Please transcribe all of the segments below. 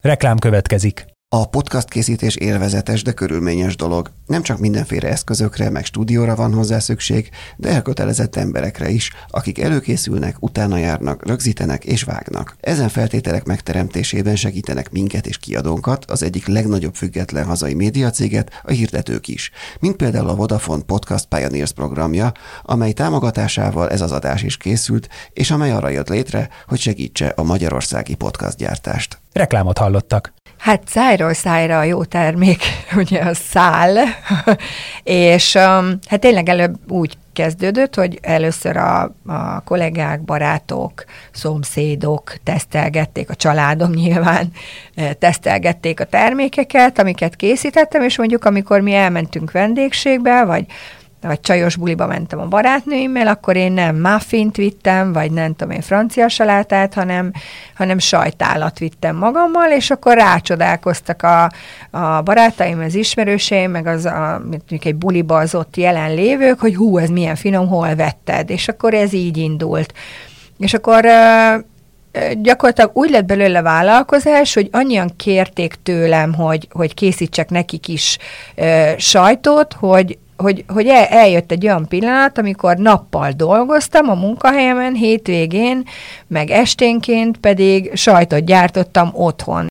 Reklám következik. A podcast készítés élvezetes, de körülményes dolog. Nem csak mindenféle eszközökre, meg stúdióra van hozzá szükség, de elkötelezett emberekre is, akik előkészülnek, utána járnak, rögzítenek és vágnak. Ezen feltételek megteremtésében segítenek minket és kiadónkat, az egyik legnagyobb független hazai médiacéget, a hirdetők is. Mint például a Vodafone Podcast Pioneers programja, amely támogatásával ez az adás is készült, és amely arra jött létre, hogy segítse a magyarországi podcastgyártást. Reklámot hallottak. Hát szájról szájra a jó termék, ugye a szál, és hát tényleg előbb úgy kezdődött, hogy először a kollégák, barátok, szomszédok tesztelgették, a családom nyilván tesztelgették a termékeket, amiket készítettem, és mondjuk amikor mi elmentünk vendégségbe, vagy csajos buliba mentem a barátnőimmel, akkor én nem muffint vittem, vagy nem tudom én francia salátát, hanem sajtállat vittem magammal, és akkor rácsodálkoztak a barátaim, az ismerőseim, meg mondjuk egy buliba az ott jelenlévők, hogy hú, ez milyen finom, hol vetted? És akkor ez így indult. És akkor gyakorlatilag úgy lett belőle vállalkozás, hogy annyian kérték tőlem, hogy készítsek nekik is sajtot, hogy eljött egy olyan pillanat, amikor nappal dolgoztam a munkahelyemen, hétvégén, meg esténként pedig sajtot gyártottam otthon.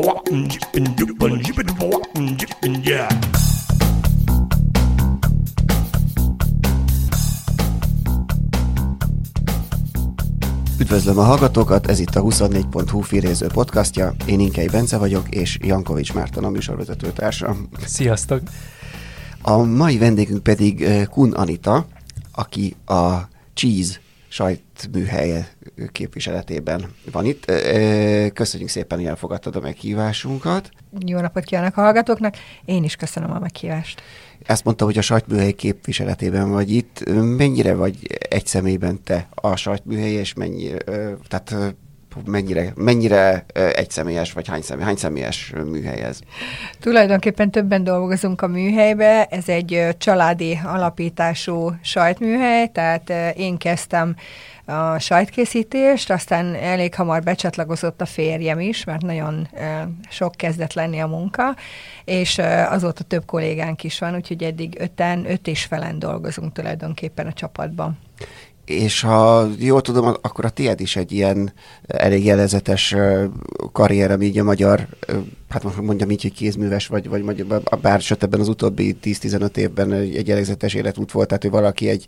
Üdvözlöm a hallgatókat, ez itt a 24.hu firéző podcastja. Én Inkei Bence vagyok, és Jankovics Márton a műsorvezető társam. Sziasztok! A mai vendégünk pedig Kun Anita, aki a Cheese sajtműhelye képviseletében van itt. Köszönjük szépen, hogy elfogadtad a meghívásunkat. Jó napot kívánok a hallgatóknak, én is köszönöm a meghívást. Ezt mondta, hogy a sajtműhely képviseletében vagy itt. Mennyire vagy egy személyben te a sajtműhely, és mennyire egyszemélyes, vagy hány személyes műhely ez? Tulajdonképpen többen dolgozunk a műhelybe, ez egy családi alapítású sajtműhely, tehát én kezdtem a sajtkészítést, aztán elég hamar becsatlakozott a férjem is, mert nagyon sok kezdett lenni a munka, és azóta több kollégánk is van, úgyhogy eddig 5 és felen dolgozunk tulajdonképpen a csapatban. És ha jól tudom, akkor a tiéd is egy ilyen elég jelezetes karrier, ami így a magyar, hát most mondjam így, hogy kézműves, vagy bár sőt ebben az utóbbi 10-15 évben egy jelezetes életút volt, tehát hogy valaki egy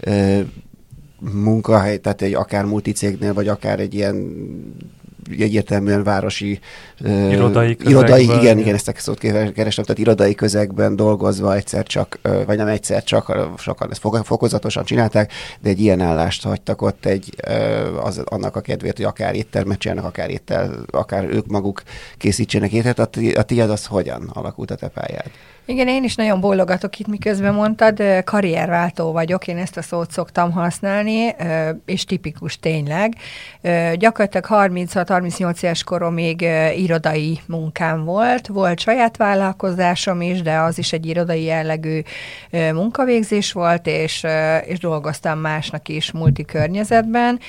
munkahely, tehát egy akár multicégnél, vagy akár egy ilyen egyértelműen városi irodai igen, ezt a szót keresem, tehát irodai közegben dolgozva egyszer csak, vagy nem egyszer csak, sokan ezt fokozatosan csinálták, de egy ilyen állást hagytak ott annak a kedvéért, hogy akár éttermet csinálnak, akár ők maguk készítsenek ételt. A tiéd az hogyan alakult a te pályád? Igen, én is nagyon bólogatok itt, miközben mondtad, karrierváltó vagyok, én ezt a szót szoktam használni, és tipikus tényleg. Gyakorlatilag 36-38 éves koromig irodai munkám volt saját vállalkozásom is, de az is egy irodai jellegű munkavégzés volt, és dolgoztam másnak is multikörnyezetben,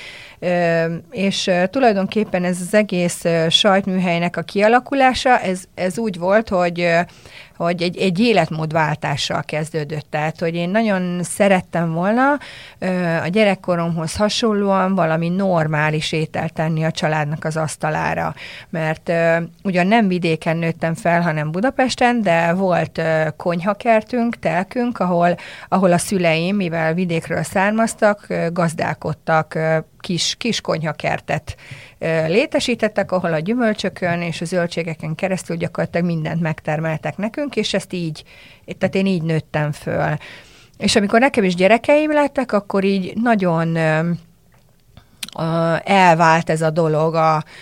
és tulajdonképpen ez az egész sajtműhelynek a kialakulása, ez úgy volt, hogy egy életmódváltással kezdődött. Tehát, hogy én nagyon szerettem volna a gyerekkoromhoz hasonlóan valami normális ételt tenni a családnak az asztalára. Mert ugyan nem vidéken nőttem fel, hanem Budapesten, de volt konyhakertünk, telkünk, ahol a szüleim, mivel vidékről származtak, gazdálkodtak, kis konyhakertet létesítettek, ahol a gyümölcsökön és a zöldségeken keresztül gyakorlatilag mindent megtermeltek nekünk, és tehát én így nőttem föl. És amikor nekem is gyerekeim lettek, akkor így nagyon elvált ez a dolog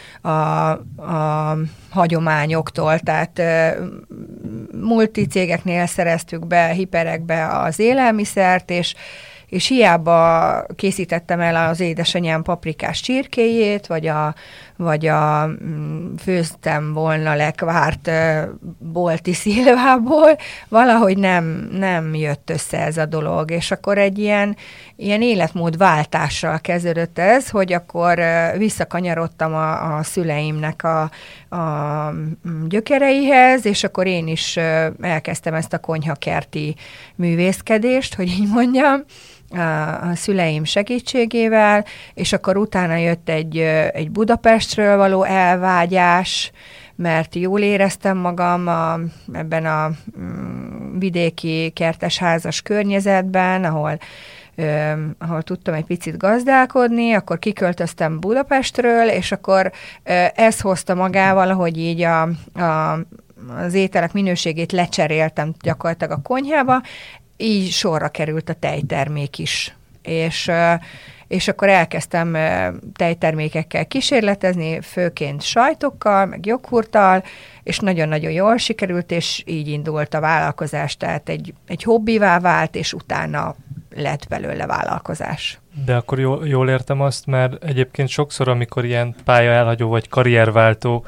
a hagyományoktól, tehát multicégeknél szereztük be, hiperekbe az élelmiszert, és hiába készítettem el az édesanyám paprikás csirkéjét, vagy a főztem volna lekvárt bolti szilvából valahogy nem jött össze ez a dolog, és akkor egy ilyen életmódváltással kezdődött ez, hogy akkor visszakanyarodtam a szüleimnek a gyökereihez, és akkor én is elkezdtem ezt a konyhakerti művészkedést, hogy így mondjam, a szüleim segítségével, és akkor utána jött egy Budapestről való elvágyás, mert jól éreztem magam ebben a vidéki kertesházas környezetben, ahol tudtam egy picit gazdálkodni, akkor kiköltöztem Budapestről, és akkor ez hozta magával, hogy így az ételek minőségét lecseréltem gyakorlatilag a konyhába, így sorra került a tejtermék is. És akkor elkezdtem tejtermékekkel kísérletezni, főként sajtokkal, meg joghurttal, és nagyon-nagyon jól sikerült, és így indult a vállalkozás, tehát egy hobbivá vált, és utána lett belőle vállalkozás. De akkor jól értem azt, mert egyébként sokszor, amikor ilyen pályaelhagyó vagy karrierváltó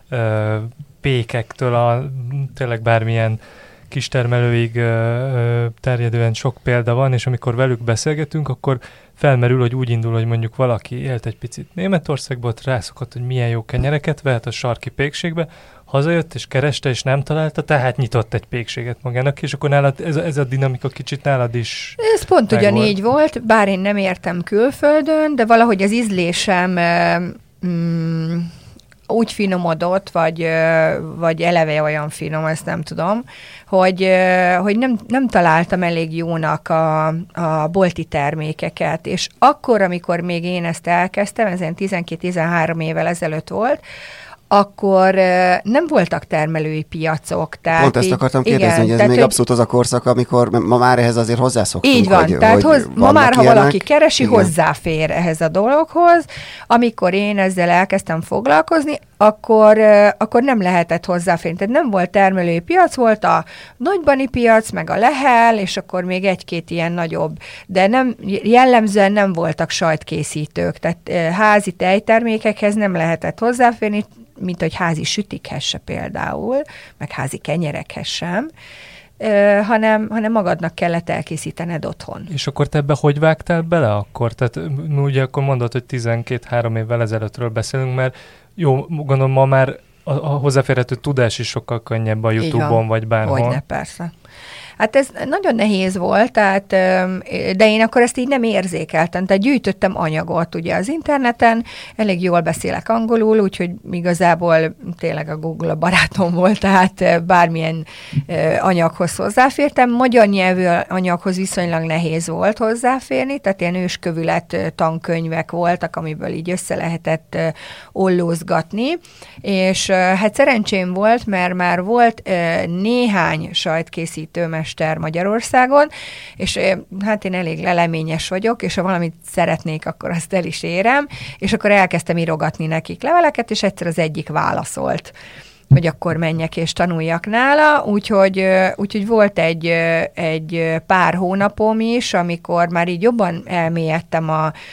pékektől tényleg bármilyen kistermelőig terjedően sok példa van, és amikor velük beszélgetünk, akkor felmerül, hogy úgy indul, hogy mondjuk valaki élt egy picit Németországban, ott rászokott, hogy milyen jó kenyereket vehet a sarki pékségbe, hazajött és kereste, és nem találta, tehát nyitott egy pékséget magának, és akkor nálad ez a dinamika kicsit nálad is ez pont ugyanígy volt, bár én nem értem külföldön, de valahogy az ízlésem úgy finomodott, vagy eleve olyan finom, ezt nem tudom, hogy nem találtam elég jónak a bolti termékeket, és akkor, amikor még én ezt elkezdtem, ez 12-13 évvel ezelőtt volt, akkor nem voltak termelői piacok. Tehát pont ezt akartam kérdezni, hogy ez még abszolút az a korszak, amikor ma már ehhez azért hozzászoktunk. Így van, tehát ma már, ha valaki keresi, igen, hozzáfér ehhez a dologhoz. Amikor én ezzel elkezdtem foglalkozni, akkor nem lehetett hozzáférni. Tehát nem volt termelői piac, volt a nagybani piac, meg a Lehel, és akkor még egy-két ilyen nagyobb, de jellemzően nem voltak sajtkészítők, tehát házi tejtermékekhez nem lehetett hozzáférni, mint hogy házi sütikhez se például, meg házi kenyerekhez sem, hanem magadnak kellett elkészítened otthon. És akkor te ebbe hogy vágtál bele akkor? Tehát ugye akkor mondod, hogy 12-3 évvel ezelőttről beszélünk, mert jó, gondolom ma már a hozzáférhető tudás is sokkal könnyebb a YouTube-on, vagy bárhol. Hogyne, persze. Hát ez nagyon nehéz volt, tehát, de én akkor ezt így nem érzékeltem, tehát gyűjtöttem anyagot ugye az interneten, elég jól beszélek angolul, úgyhogy igazából tényleg a Google a barátom volt, tehát bármilyen anyaghoz hozzáfértem. Magyar nyelvű anyaghoz viszonylag nehéz volt hozzáférni, tehát ilyen őskövület tankönyvek voltak, amiből így össze lehetett ollózgatni, és hát szerencsém volt, mert már volt néhány sajtkészítő mester Magyarországon, és hát én elég leleményes vagyok, és ha valamit szeretnék, akkor azt el is érem, és akkor elkezdtem írogatni nekik leveleket, és egyszer az egyik válaszolt, hogy akkor menjek és tanuljak nála, úgyhogy volt egy pár hónapom is, amikor már így jobban elmélyedtem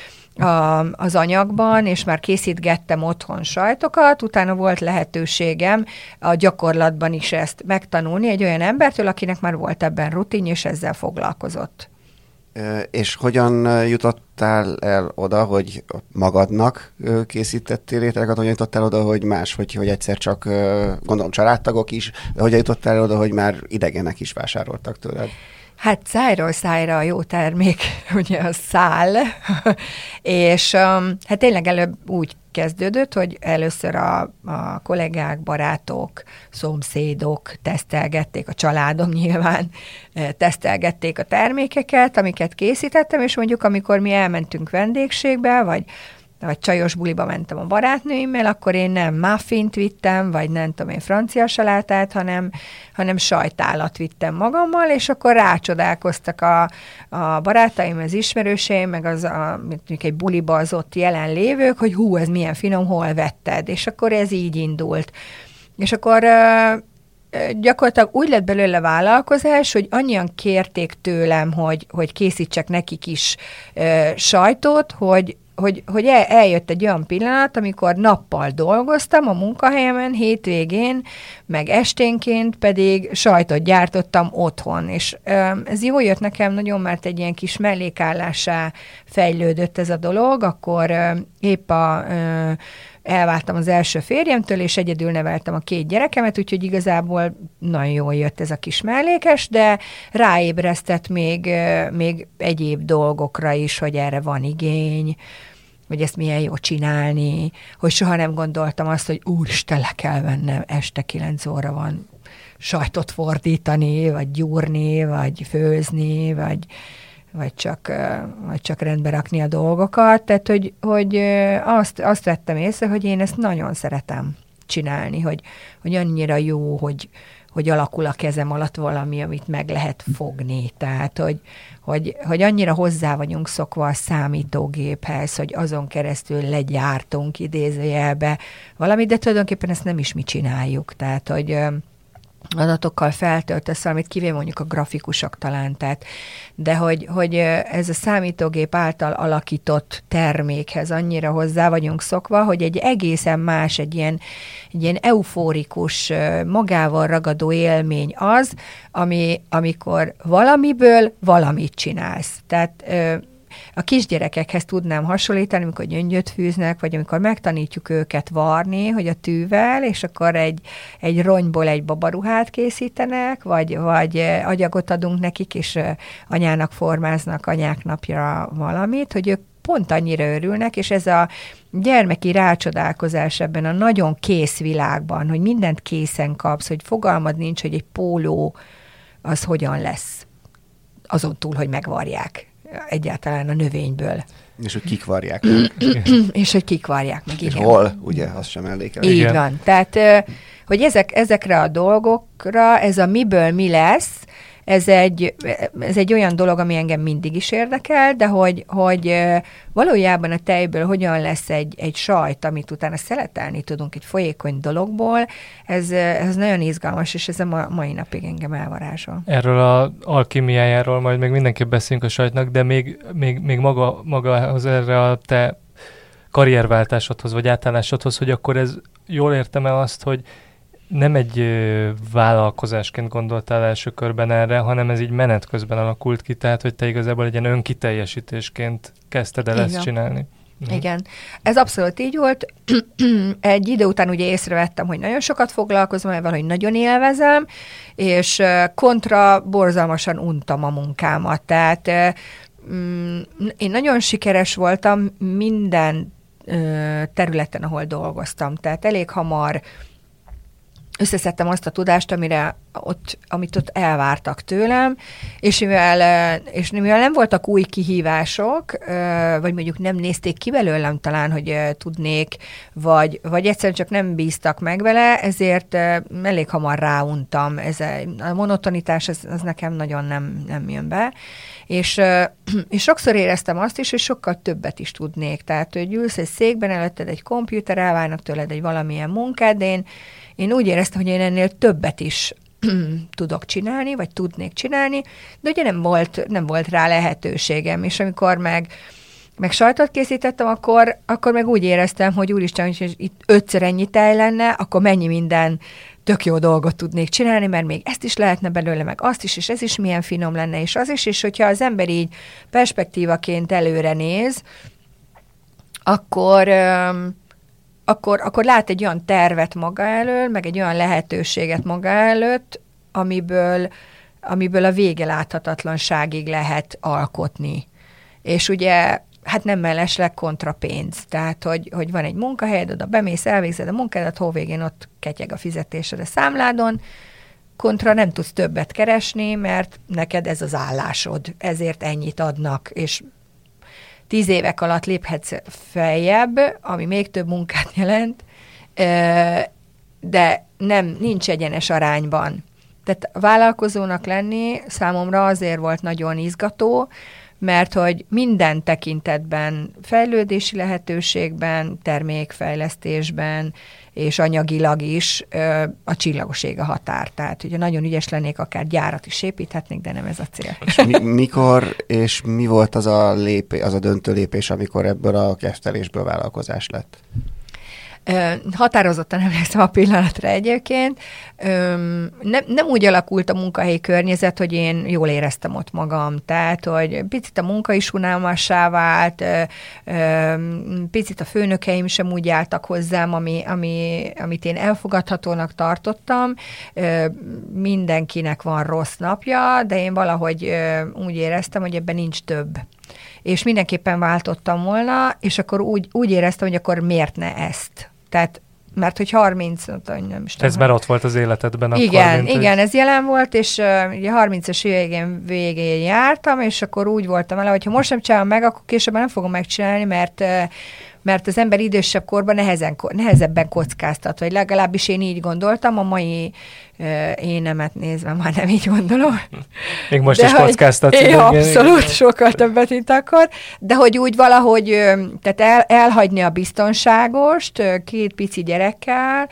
az anyagban, és már készítgettem otthon sajtokat, utána volt lehetőségem a gyakorlatban is ezt megtanulni egy olyan embertől, akinek már volt ebben rutin, és ezzel foglalkozott. És hogyan jutottál el oda, hogy magadnak készítettél ételeket, hogyan jutottál oda, hogy más, hogy egyszer csak, gondolom családtagok is, de hogyan jutottál oda, hogy már idegenek is vásároltak tőled? Hát szájról szájra a jó termék, ugye a szál, és hát tényleg előbb úgy kezdődött, hogy először a kollégák, barátok, szomszédok tesztelgették, a családom nyilván tesztelgették a termékeket, amiket készítettem, és mondjuk amikor mi elmentünk vendégségbe, vagy csajos buliba mentem a barátnőimmel, akkor én nem muffint vittem, vagy nem tudom én francia salátát, hanem sajtálat vittem magammal, és akkor rácsodálkoztak a barátaim, az ismerőseim, meg mondjuk egy buliba az ott jelenlévők, hogy hú, ez milyen finom, hol vetted? És akkor ez így indult. És akkor gyakorlatilag úgy lett belőle vállalkozás, hogy annyian kérték tőlem, hogy készítsek nekik is sajtot, hogy eljött egy olyan pillanat, amikor nappal dolgoztam a munkahelyemen, hétvégén, meg esténként pedig sajtot gyártottam otthon, és ez jól jött nekem nagyon, mert egy ilyen kis mellékállásá fejlődött ez a dolog, akkor épp elváltam az első férjemtől, és egyedül neveltem a 2 gyerekemet, úgyhogy igazából nagyon jól jött ez a kis mellékes, de ráébresztett még egyéb dolgokra is, hogy erre van igény, hogy ezt milyen jó csinálni, hogy soha nem gondoltam azt, hogy úristen, le kell vennem, este 9 óra van sajtot fordítani, vagy gyúrni, vagy főzni, vagy csak rendbe rakni a dolgokat. Tehát, hogy azt vettem észre, hogy én ezt nagyon szeretem csinálni, hogy annyira jó, hogy alakul a kezem alatt valami, amit meg lehet fogni. Tehát, hogy annyira hozzá vagyunk szokva a számítógéphez, hogy azon keresztül legyártunk idézőjelbe valamit, de tulajdonképpen ezt nem is mi csináljuk. Tehát, hogy adatokkal feltöltesz valamit, kivéve mondjuk a grafikusok talán, tehát, de hogy ez a számítógép által alakított termékhez annyira hozzá vagyunk szokva, hogy egy egészen más, egy ilyen eufórikus, magával ragadó élmény az, amikor valamiből valamit csinálsz. Tehát a kisgyerekekhez tudnám hasonlítani, amikor gyöngyöt fűznek, vagy amikor megtanítjuk őket varni, hogy a tűvel, és akkor egy ronyból egy babaruhát készítenek, vagy agyagot adunk nekik, és anyának formáznak anyák napja valamit, hogy ők pont annyira örülnek, és ez a gyermeki rácsodálkozás ebben a nagyon kész világban, hogy mindent készen kapsz, hogy fogalmad nincs, hogy egy póló az hogyan lesz, azon túl, hogy megvarják egyáltalán a növényből. És hogy kik varják meg. És hogy kik varják meg, és igen. hol, ugye, azt sem emlékel. Így van. Tehát, hogy ezekre a dolgokra, ez a miből mi lesz, ez egy olyan dolog, ami engem mindig is érdekel, de hogy valójában a tejből hogyan lesz egy sajt, amit utána szeletelni tudunk egy folyékony dologból, ez nagyon izgalmas, és ez a mai napig engem elvarázsol. Erről az alkimiájáról majd még mindenképp beszélünk a sajtnak, de még magához erre a te karrierváltásodhoz, vagy átállásodhoz, hogy akkor ez jól értem el azt, hogy nem egy vállalkozásként gondoltál első körben erre, hanem ez így menet közben alakult ki, tehát hogy te igazából egy ilyen önkiteljesítésként kezdted el ezt csinálni. Igen. Ez abszolút így volt. Egy idő után ugye észrevettem, hogy nagyon sokat foglalkozom ezzel, hogy nagyon élvezem, és kontra borzalmasan untam a munkámat. Tehát én nagyon sikeres voltam minden területen, ahol dolgoztam. Tehát elég hamar összeszedtem azt a tudást, amit ott elvártak tőlem, és mivel nem voltak új kihívások, vagy mondjuk nem nézték ki belőlem talán, hogy tudnék, vagy egyszerűen csak nem bíztak meg vele, ezért elég hamar ráuntam. A monotonitás az nekem nagyon nem jön be. És sokszor éreztem azt is, hogy sokkal többet is tudnék. Tehát, hogy ülsz egy székben, előtted egy komputer, elvárnak tőled egy valamilyen munkát, de én úgy éreztem, hogy én ennél többet is tudok csinálni, vagy tudnék csinálni, de ugye nem volt rá lehetőségem, és amikor meg sajtot készítettem, akkor meg úgy éreztem, hogy úristen, hogy itt 5-szer ennyi tej lenne, akkor mennyi minden tök jó dolgot tudnék csinálni, mert még ezt is lehetne belőle, meg azt is, és ez is milyen finom lenne, és az is, és hogyha az ember így perspektívaként előre néz, akkor lát egy olyan tervet maga elől, meg egy olyan lehetőséget maga előtt, amiből a vége láthatatlanságig lehet alkotni. És ugye, hát nem mellesleg kontra pénz. Tehát, hogy van egy munkahelyed, oda bemész, elvégzed a munkádat, hóvégén ott ketyeg a fizetésed a számládon, kontra nem tudsz többet keresni, mert neked ez az állásod, ezért ennyit adnak, és 10 évek alatt léphetsz feljebb, ami még több munkát jelent, de nincs egyenes arányban. Tehát vállalkozónak lenni számomra azért volt nagyon izgató, mert hogy minden tekintetben, fejlődési lehetőségben, termékfejlesztésben, és anyagilag is a csillagos ég a határ. Tehát, hogyha nagyon ügyes lennék, akár gyárat is építhetnék, de nem ez a cél. És mikor és mi volt az a döntő lépés, amikor ebből a kezdelésből vállalkozás lett? Határozottan emlékszem a pillanatra egyébként. Nem úgy alakult a munkahelyi környezet, hogy én jól éreztem ott magam. Tehát, hogy picit a munka is unalmassá vált, picit a főnökeim sem úgy álltak hozzám, amit én elfogadhatónak tartottam. Mindenkinek van rossz napja, de én valahogy úgy éreztem, hogy ebben nincs több. És mindenképpen váltottam volna, és akkor úgy éreztem, hogy akkor miért ne ezt? Tehát, mert hogy 30, nem is tudom. Ez már ott volt az életedben akkor? Igen, ez jelen volt, és ugye 30-as végén jártam, és akkor úgy voltam vele, hogy ha most nem csinálom meg, akkor később nem fogom megcsinálni, mert az ember idősebb korban nehezebben kockáztat, vagy legalábbis én így gondoltam, a mai énemet nézve már nem így gondolom. Még most is kockáztatsz. Abszolút, sokkal többet, mint akkor, de hogy úgy valahogy, tehát elhagyni a biztonságost, 2 pici gyerekkel,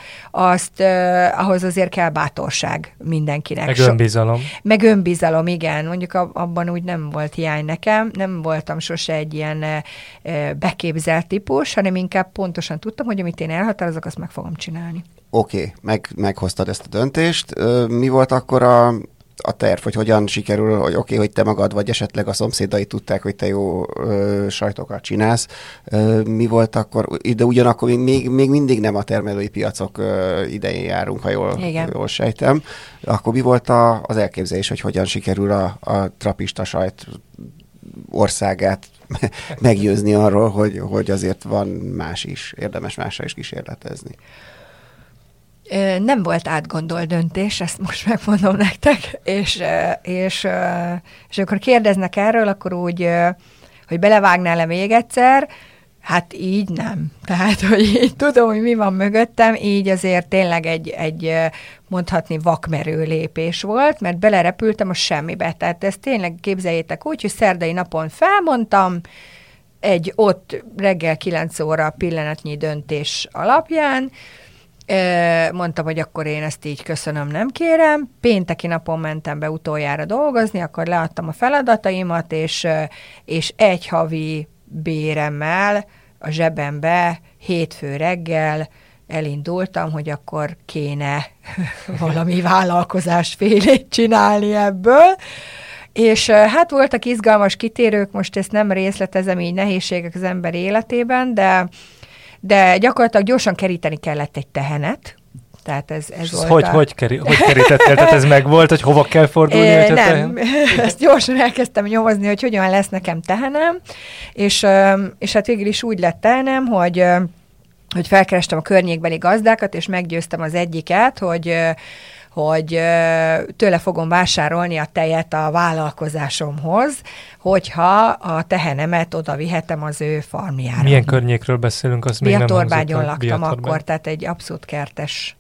ahhoz azért kell bátorság mindenkinek. Meg önbizalom. Meg önbizalom, igen. Mondjuk abban úgy nem volt hiány nekem, nem voltam sose egy ilyen beképzelt típus, hanem inkább pontosan tudtam, hogy amit én elhatározok, azt meg fogom csinálni. Oké, meghoztad ezt a döntést. Mi volt akkor a terv, hogy hogyan sikerül, hogy oké, hogy te magad, vagy esetleg a szomszédai tudták, hogy te jó sajtokat csinálsz. Mi volt akkor, de ugyanakkor még mindig nem a termelői piacok idején járunk, ha jól sejtem. Akkor mi volt az elképzelés, hogy hogyan sikerül a trapista sajt országát meggyőzni arról, hogy azért van más is, érdemes másra is kísérletezni? Nem volt átgondolt döntés, ezt most megmondom nektek, és akkor kérdeznek erről, akkor úgy, hogy belevágnál-e még egyszer, hát így nem. Tehát, hogy így tudom, hogy mi van mögöttem, így azért tényleg egy mondhatni vakmerő lépés volt, mert belerepültem a semmibe. Tehát ezt tényleg képzeljétek úgy, hogy szerdai napon felmondtam, egy ott reggel 9 óra pillanatnyi döntés alapján, mondtam, hogy akkor én ezt így köszönöm, nem kérem. Pénteki napon mentem be utoljára dolgozni, akkor leadtam a feladataimat, és egy havi béremmel a zsebembe hétfő reggel elindultam, hogy akkor kéne valami vállalkozásfélét csinálni ebből. És hát voltak izgalmas kitérők, most ezt nem részletezem, így nehézségek az ember életében, de gyakorlatilag gyorsan keríteni kellett egy tehenet. Tehát ez volt hogy kerítettél? Tehát ez meg volt, hogy hova kell fordulni? Nem, ezt gyorsan elkezdtem nyomozni, hogy hogyan lesz nekem tehenem, és hát végül is úgy lett tehenem, hogy felkerestem a környékbeli gazdákat, és meggyőztem az egyiket, hogy tőle fogom vásárolni a tejet a vállalkozásomhoz, hogyha a tehenemet oda vihetem az ő farmjára. Milyen környékről beszélünk? Az még nem Biatorbágyon laktam akkor, tehát egy abszolút kertes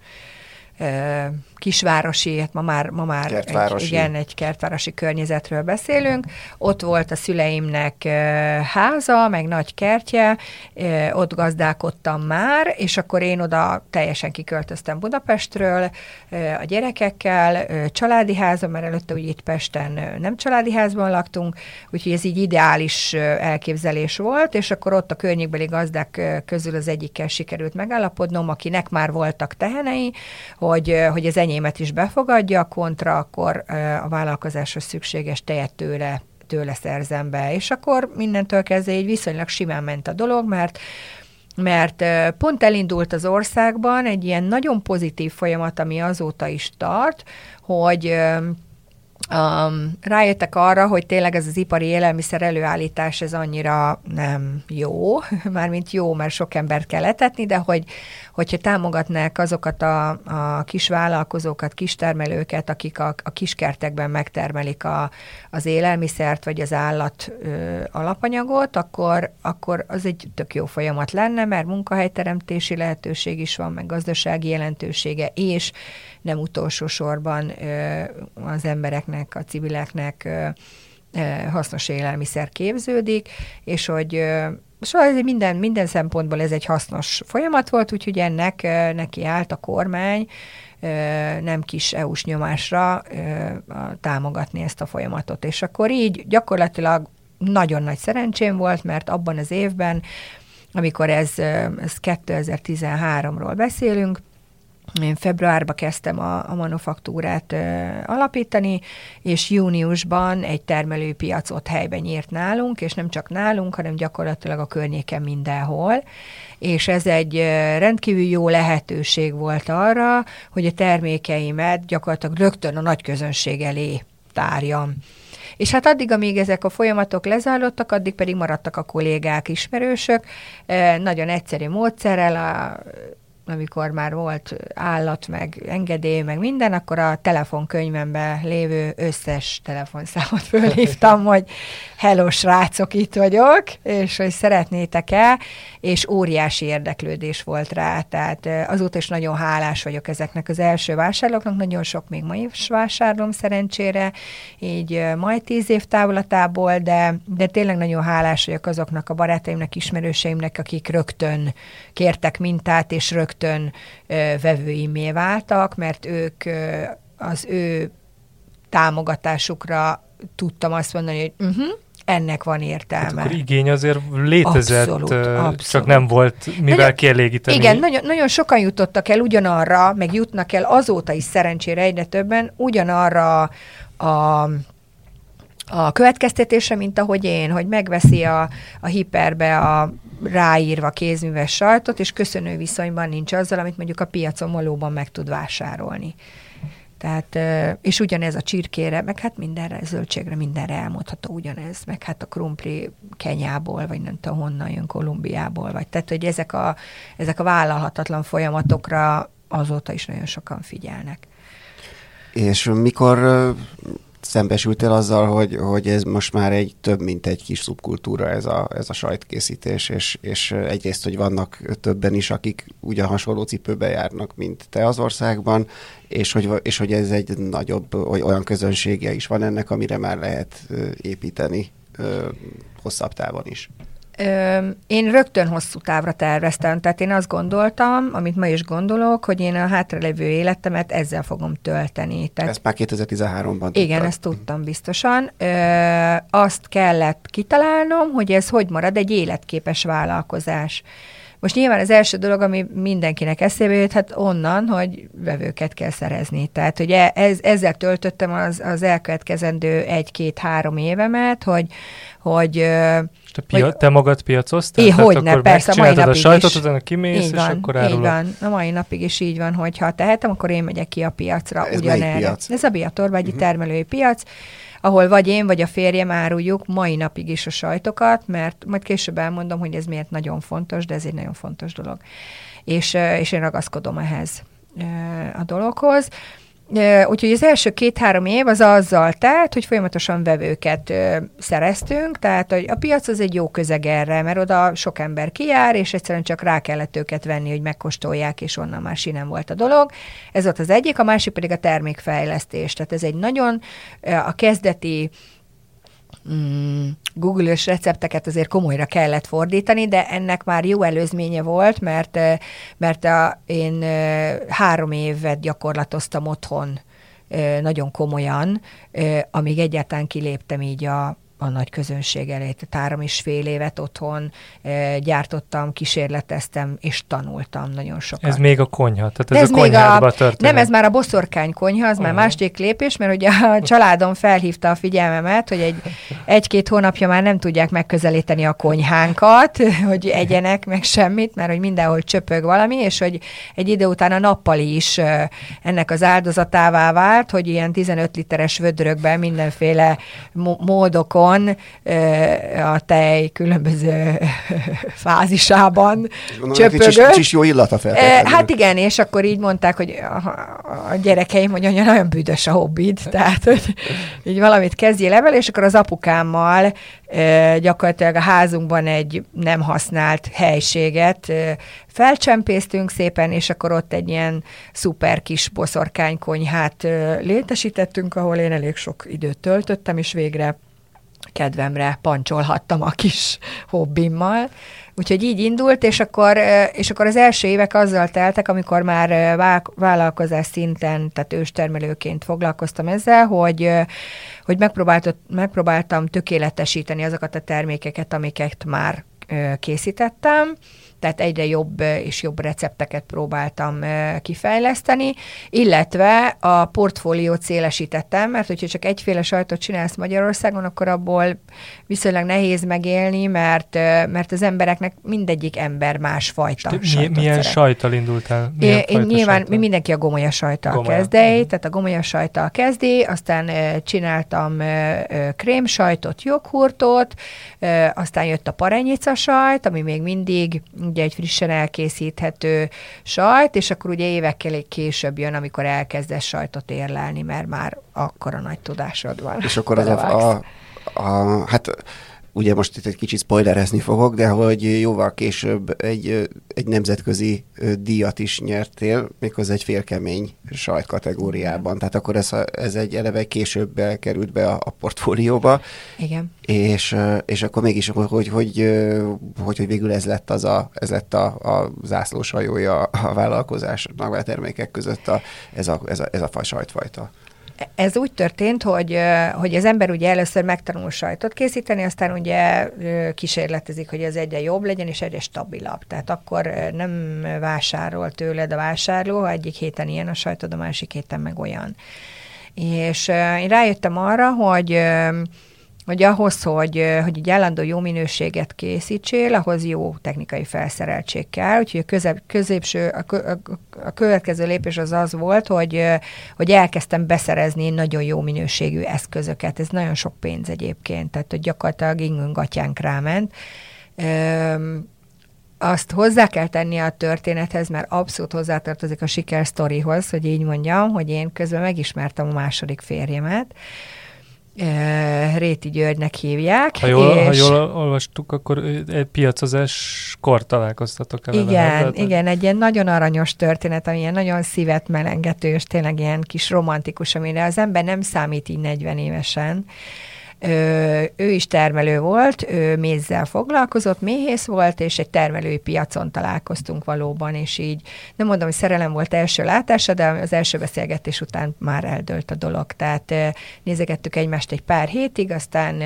kisvárosi, hát ma már egy kertvárosi környezetről beszélünk. Ott volt a szüleimnek háza, meg nagy kertje, ott gazdálkodtam már, és akkor én oda teljesen kiköltöztem Budapestről a gyerekekkel, családi házban, mert előtte úgy itt Pesten nem családi házban laktunk, úgyhogy ez így ideális elképzelés volt, és akkor ott a környékbeli gazdák közül az egyikkel sikerült megállapodnom, akinek már voltak tehenei, hogy az enyémet is befogadja, kontra akkor a vállalkozáshoz szükséges tejet tőle szerzem be. És akkor mindentől kezdve így viszonylag simán ment a dolog, mert pont elindult az országban egy ilyen nagyon pozitív folyamat, ami azóta is tart, hogy rájöttek arra, hogy tényleg ez az ipari élelmiszer előállítás, ez annyira nem jó, mármint jó, mert sok embert kell etetni, de hogyha támogatnák azokat a kis vállalkozókat, kistermelőket, akik a kiskertekben megtermelik az élelmiszert, vagy az állat alapanyagot, akkor az egy tök jó folyamat lenne, mert munkahelyteremtési lehetőség is van, meg gazdasági jelentősége, és nem utolsó sorban az embereknek, a civileknek hasznos élelmiszer képződik, és hogy szóval ez minden szempontból ez egy hasznos folyamat volt, úgyhogy ennek neki állt a kormány nem kis EU-s nyomásra támogatni ezt a folyamatot. És akkor így gyakorlatilag nagyon nagy szerencsém volt, mert abban az évben, amikor ez 2013-ról beszélünk, én februárban kezdtem a manufaktúrát alapítani, és júniusban egy termelőpiacot helyben nyírt nálunk, és nem csak nálunk, hanem gyakorlatilag a környéken mindenhol. És ez egy rendkívül jó lehetőség volt arra, hogy a termékeimet gyakorlatilag rögtön a nagy közönség elé tárjam. És hát addig, amíg ezek a folyamatok lezajlottak, addig pedig maradtak a kollégák, ismerősök. Nagyon egyszerű módszerrel, amikor már volt állat, meg engedély, meg minden, akkor a telefonkönyvemben lévő összes telefonszámot fölhívtam, hogy hello srácok, itt vagyok, és hogy szeretnétek-e, és óriási érdeklődés volt rá, tehát azóta is nagyon hálás vagyok ezeknek az első vásárlóknak, nagyon sok még ma is vásárlom szerencsére, így majd 10 év távlatából, de tényleg nagyon hálás vagyok azoknak a barátaimnak, ismerőseimnek, akik rögtön kértek mintát, és rögtön vevőimmé váltak, mert ők az ő támogatásukra tudtam azt mondani, hogy ennek van értelme. Hát akkor igény azért létezett, abszolút. Csak nem volt mivel kielégíteni. Igen, nagyon sokan jutottak el ugyanarra, meg jutnak el azóta is szerencsére egyre többen ugyanarra a következtetésre, mint ahogy én, hogy megveszi a hiperbe a ráírva kézműves sajtot, és köszönő viszonyban nincs azzal, amit mondjuk a piacon valóban meg tud vásárolni. Tehát, és ugyanez a csirkére, meg hát mindenre, zöldségre, mindenre elmondható ugyanez, meg hát a krumpli Kenyából, vagy nem tudom honnan jön, Kolumbiából, vagy tehát, hogy ezek a vállalhatatlan folyamatokra azóta is nagyon sokan figyelnek. És mikor szembesültél azzal, hogy ez most már több mint egy kis szubkultúra ez a sajtkészítés, és egyrészt, hogy vannak többen is, akik ugyan hasonló cipőben járnak, mint te az országban, és hogy ez egy nagyobb, olyan közönsége is van ennek, amire már lehet építeni hosszabb távon is. Én rögtön hosszú távra terveztem, tehát én azt gondoltam, amit ma is gondolok, hogy én a hátralevő életemet ezzel fogom tölteni. Tehát, ezt már 2013-ban tudtad. Igen, ezt tudtam biztosan. Azt kellett kitalálnom, hogy ez hogy marad egy életképes vállalkozás. Most nyilván az első dolog, ami mindenkinek eszébe jött, hát onnan, hogy vevőket kell szerezni. Tehát, hogy ezzel töltöttem az elkövetkezendő 1-2-3 évemet, hogy te magad piacoztál? Hogyne, persze, a mai napig a sajtot, is. utána kimész, és akkor árulod. Így van, a mai napig is így van, hogy ha tehetem, akkor én megyek ki a piacra. Ez melyik piac? Ez a Biatorvágyi termelői piac, ahol vagy én, vagy a férjem áruljuk mai napig is a sajtokat, mert majd később elmondom, hogy ez miért nagyon fontos, de ez egy nagyon fontos dolog. És én ragaszkodom ehhez a dologhoz. Úgyhogy az első 2-3 év az azzal telt, hogy folyamatosan vevőket szereztünk, tehát a piac az egy jó közeg erre, mert oda sok ember kijár, és egyszerűen csak rá kellett őket venni, hogy megkóstolják, és onnan már sinem volt a dolog. Ez volt az egyik, a másik pedig a termékfejlesztés. Tehát ez egy nagyon a kezdeti Google-ös recepteket azért komolyra kellett fordítani, de ennek már jó előzménye volt, mert én 3 évet gyakorlatoztam otthon nagyon komolyan, amíg egyáltalán kiléptem így a nagy közönség elé. 3,5 évet otthon gyártottam, kísérleteztem, és tanultam nagyon sokat. Ez még a konyha, tehát ez a konyhádban történik. Nem, ez már a boszorkány konyha, az már másik lépés, mert ugye a családom felhívta a figyelmemet, hogy 1-2 hónapja már nem tudják megközelíteni a konyhánkat, hogy egyenek meg semmit, mert hogy mindenhol csöpög valami, és hogy egy idő után a nappali is ennek az áldozatává vált, hogy ilyen 15 literes vödrökben mindenféle módokon a tej különböző fázisában csöpögött. Nincs jó illata feltétlenül. Hát igen, és akkor így mondták, hogy a gyerekeim, hogy anya, nagyon büdös a hobbid, tehát hogy így valamit kezdjél ebben, és akkor az apukámmal gyakorlatilag a házunkban egy nem használt helységet felcsempésztünk szépen, és akkor ott egy ilyen szuper kis boszorkánykonyhát létesítettünk, ahol én elég sok időt töltöttem, és végre kedvemre pancsolhattam a kis hobbimmal. Úgyhogy így indult, és akkor az első évek azzal teltek, amikor már vállalkozás szinten, tehát őstermelőként foglalkoztam ezzel, hogy megpróbáltam tökéletesíteni azokat a termékeket, amiket már készítettem, tehát egyre jobb és jobb recepteket próbáltam kifejleszteni, illetve a portfóliót szélesítettem, mert hogyha csak egyféle sajtot csinálsz Magyarországon, akkor abból viszonylag nehéz megélni, mert az embereknek mindegyik ember másfajta sajtot milyen szeret. sajttal indultál? Én nyilván mindenki a gomolya sajttal kezdi, tehát a gomolya sajttal kezdi, aztán csináltam krémsajtot, joghurtot, aztán jött a parenyica sajt, ami még mindig ugye egy frissen elkészíthető sajt, és akkor ugye évekkel később jön, amikor elkezdesz sajtot érlelni, mert már akkora nagy tudásod van. És akkor hát ugye most itt egy kicsit spoilerezni fogok, de hogy jóval később egy nemzetközi díjat is nyertél, méghozzá egy félkemény sajt kategóriában. Tehát akkor ez egy eleve később került be a portfólióba. Igen. És akkor mégis, hogy végül ez lett a zászlóshajója a vállalkozásnak, vagy a termékek között ez a sajtfajta. Ez úgy történt, hogy az ember ugye először megtanul sajtot készíteni, aztán ugye kísérletezik, hogy ez egyre jobb legyen, és egyre stabilabb. Tehát akkor nem vásárol tőled a vásárló, ha egyik héten ilyen a sajtod, a másik héten meg olyan. És én rájöttem arra, hogy ahhoz, hogy egy állandó jó minőséget készítsél, ahhoz jó technikai felszereltség kell. Úgyhogy a következő lépés az volt, hogy elkezdtem beszerezni nagyon jó minőségű eszközöket. Ez nagyon sok pénz egyébként, tehát hogy gyakorlatilag ingön gatyánk ráment. Azt hozzá kell tenni a történethez, mert abszolút hozzátartozik a sikersztorihoz, hogy így mondjam, hogy én közben megismertem a második férjemet, Réti Györgynek hívják. Ha jól olvastuk, akkor egy piacozáskor találkoztatok el. Igen, egy ilyen nagyon aranyos történet, ami ilyen nagyon szívet melengető, és tényleg ilyen kis romantikus, amire az ember nem számít így 40 évesen. Ő is termelő volt, ő mézzel foglalkozott, méhész volt, és egy termelői piacon találkoztunk valóban, és így nem mondom, hogy szerelem volt első látása, de az első beszélgetés után már eldőlt a dolog. Tehát nézegettük egymást egy pár hétig, aztán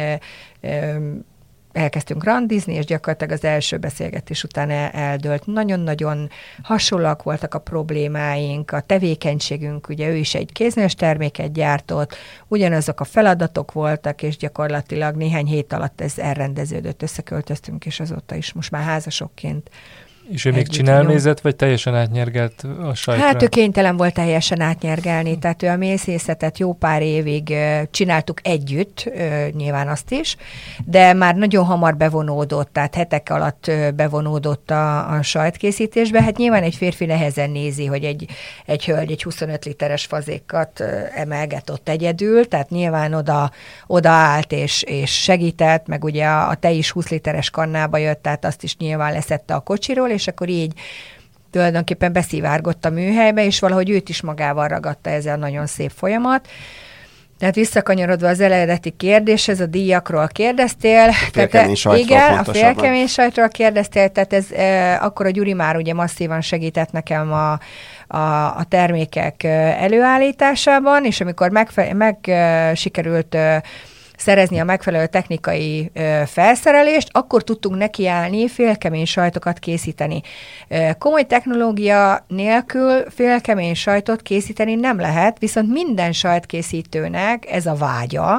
elkezdtünk randizni, és gyakorlatilag az első beszélgetés után eldőlt. Nagyon-nagyon hasonlóak voltak a problémáink, a tevékenységünk, ugye ő is egy kézműves terméket gyártott, ugyanazok a feladatok voltak, és gyakorlatilag néhány hét alatt ez elrendeződött, összeköltöztünk, és azóta is most már házasokként. És ő még csinál mézet, vagy teljesen átnyergelt a sajtra? Hát ő kénytelen volt teljesen átnyergelni, tehát ő a mézészetet jó pár évig csináltuk együtt, nyilván azt is, de már nagyon hamar bevonódott, tehát hetek alatt bevonódott a sajtkészítésbe. Hát nyilván egy férfi nehezen nézi, hogy egy hölgy egy 25 literes fazékat emelget ott egyedül, tehát nyilván oda állt és segített, meg ugye a tej is 20 literes kannába jött, tehát azt is nyilván leszette a kocsiról, és akkor így tulajdonképpen beszivárgott a műhelybe, és valahogy őt is magával ragadta ez a nagyon szép folyamat. Tehát visszakanyarodva az eredeti kérdéshez, a díjakról kérdeztél. Igen, a félkemény sajtról kérdeztél, tehát ez akkor a Gyuri már ugye masszívan segített nekem a termékek előállításában, és amikor sikerült szerezni a megfelelő technikai felszerelést, akkor tudtunk nekiállni félkemény sajtokat készíteni. Komoly technológia nélkül félkemény sajtot készíteni nem lehet, viszont minden sajtkészítőnek ez a vágya,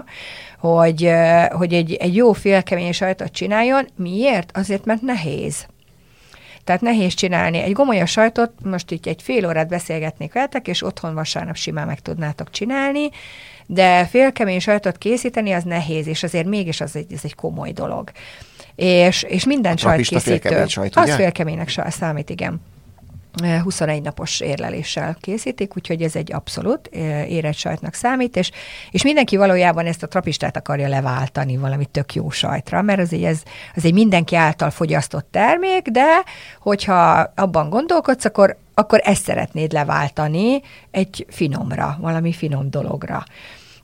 hogy egy jó félkemény sajtot csináljon. Miért? Azért, mert nehéz. Tehát nehéz csinálni. Egy gomolyas sajtot, most így egy fél órát beszélgetnék veletek, és otthon vasárnap simán meg tudnátok csinálni, de félkemény sajtot készíteni az nehéz, és azért mégis ez egy komoly dolog. És minden sajtkészítő, az félkeménynek számít, igen. 21 napos érleléssel készítik, úgyhogy ez egy abszolút érett sajtnak számít, és mindenki valójában ezt a trapistát akarja leváltani valami tök jó sajtra, mert az egy mindenki által fogyasztott termék, de hogyha abban gondolkodsz, akkor ezt szeretnéd leváltani egy finomra, valami finom dologra.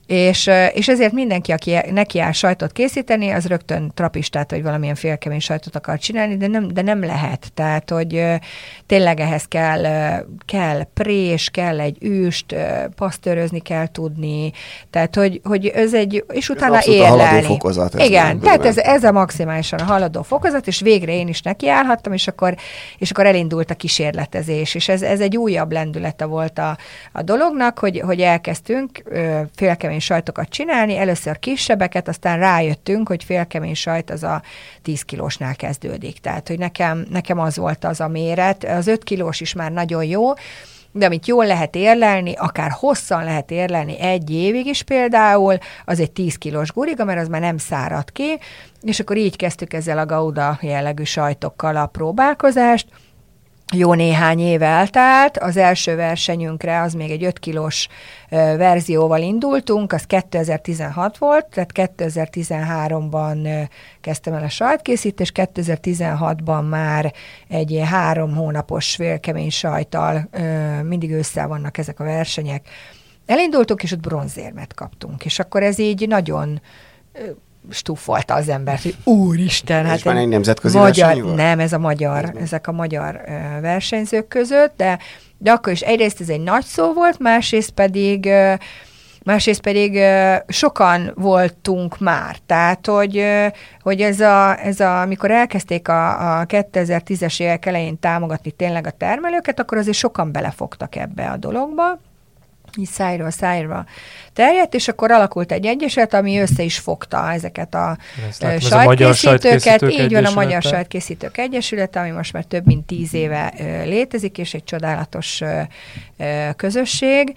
És ezért mindenki, aki neki áll sajtot készíteni, az rögtön trapistát, vagy valamilyen félkemény sajtot akar csinálni, de nem lehet. Tehát, hogy tényleg ehhez kell prés, kell egy üst, pasztőrözni kell tudni, tehát, hogy ez egy, és utána érlelni. A haladó fokozat. Igen, tehát ez a maximálisan a haladó fokozat, és végre én is nekiállhattam, és akkor elindult a kísérletezés, és ez egy újabb lendülete volt a dolognak, hogy elkezdtünk félkemény sajtokat csinálni, először kisebbeket, aztán rájöttünk, hogy félkemény sajt az a 10 kilósnál kezdődik. Tehát, hogy nekem az volt az a méret. Az 5 kilós is már nagyon jó, de amit jól lehet érlelni, akár hosszan lehet érlelni 1 évig is például, az egy 10 kilós guriga, mert az már nem szárad ki, és akkor így kezdtük ezzel a Gouda jellegű sajtokkal a próbálkozást. Jó néhány év eltelt, az első versenyünkre az még egy 5 kilós verzióval indultunk, az 2016 volt, tehát 2013-ban kezdtem el a sajtkészítést, 2016-ban már egy ilyen 3 hónapos félkemény sajttal, mindig ősszel vannak ezek a versenyek. Elindultunk, és ott bronzérmet kaptunk, és akkor ez így nagyon stuffolta az embert, hogy úristen, hát van egy nemzetközi verseny volt? Nem, ezek a magyar versenyzők között, de akkor is egyrészt ez egy nagy szó volt, másrészt pedig sokan voltunk már. Tehát, hogy ez amikor elkezdték a 2010-es évek elején támogatni tényleg a termelőket, akkor azért sokan belefogtak ebbe a dologba, így szájról szájra terjedt, és akkor alakult egy egyesület, ami össze is fogta ezeket a sajtkészítőket. Így van, a Magyar Sajtkészítők Egyesülete, ami most már több mint 10 éve létezik, és egy csodálatos közösség,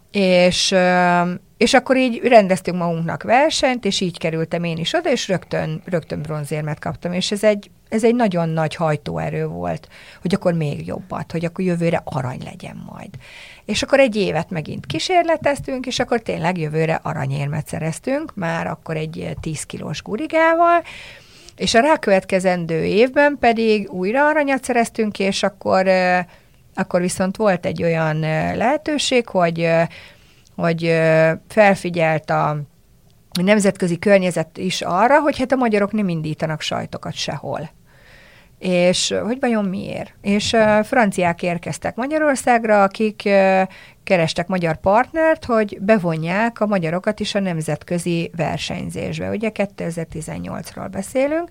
és akkor így rendeztünk magunknak versenyt, és így kerültem én is oda, és rögtön bronzérmet kaptam, és ez egy nagyon nagy hajtóerő volt, hogy akkor még jobbat, hogy akkor jövőre arany legyen majd. És akkor egy évet megint kísérleteztünk, és akkor tényleg jövőre aranyérmet szereztünk, már akkor egy 10 kilós gurigával, és a rákövetkezendő évben pedig újra aranyat szereztünk, és akkor viszont volt egy olyan lehetőség, hogy felfigyelt a nemzetközi környezet is arra, hogy hát a magyarok nem indítanak sajtokat sehol. És hogy vajon miért? És franciák érkeztek Magyarországra, akik kerestek magyar partnert, hogy bevonják a magyarokat is a nemzetközi versenyzésbe. Ugye 2018-ról beszélünk,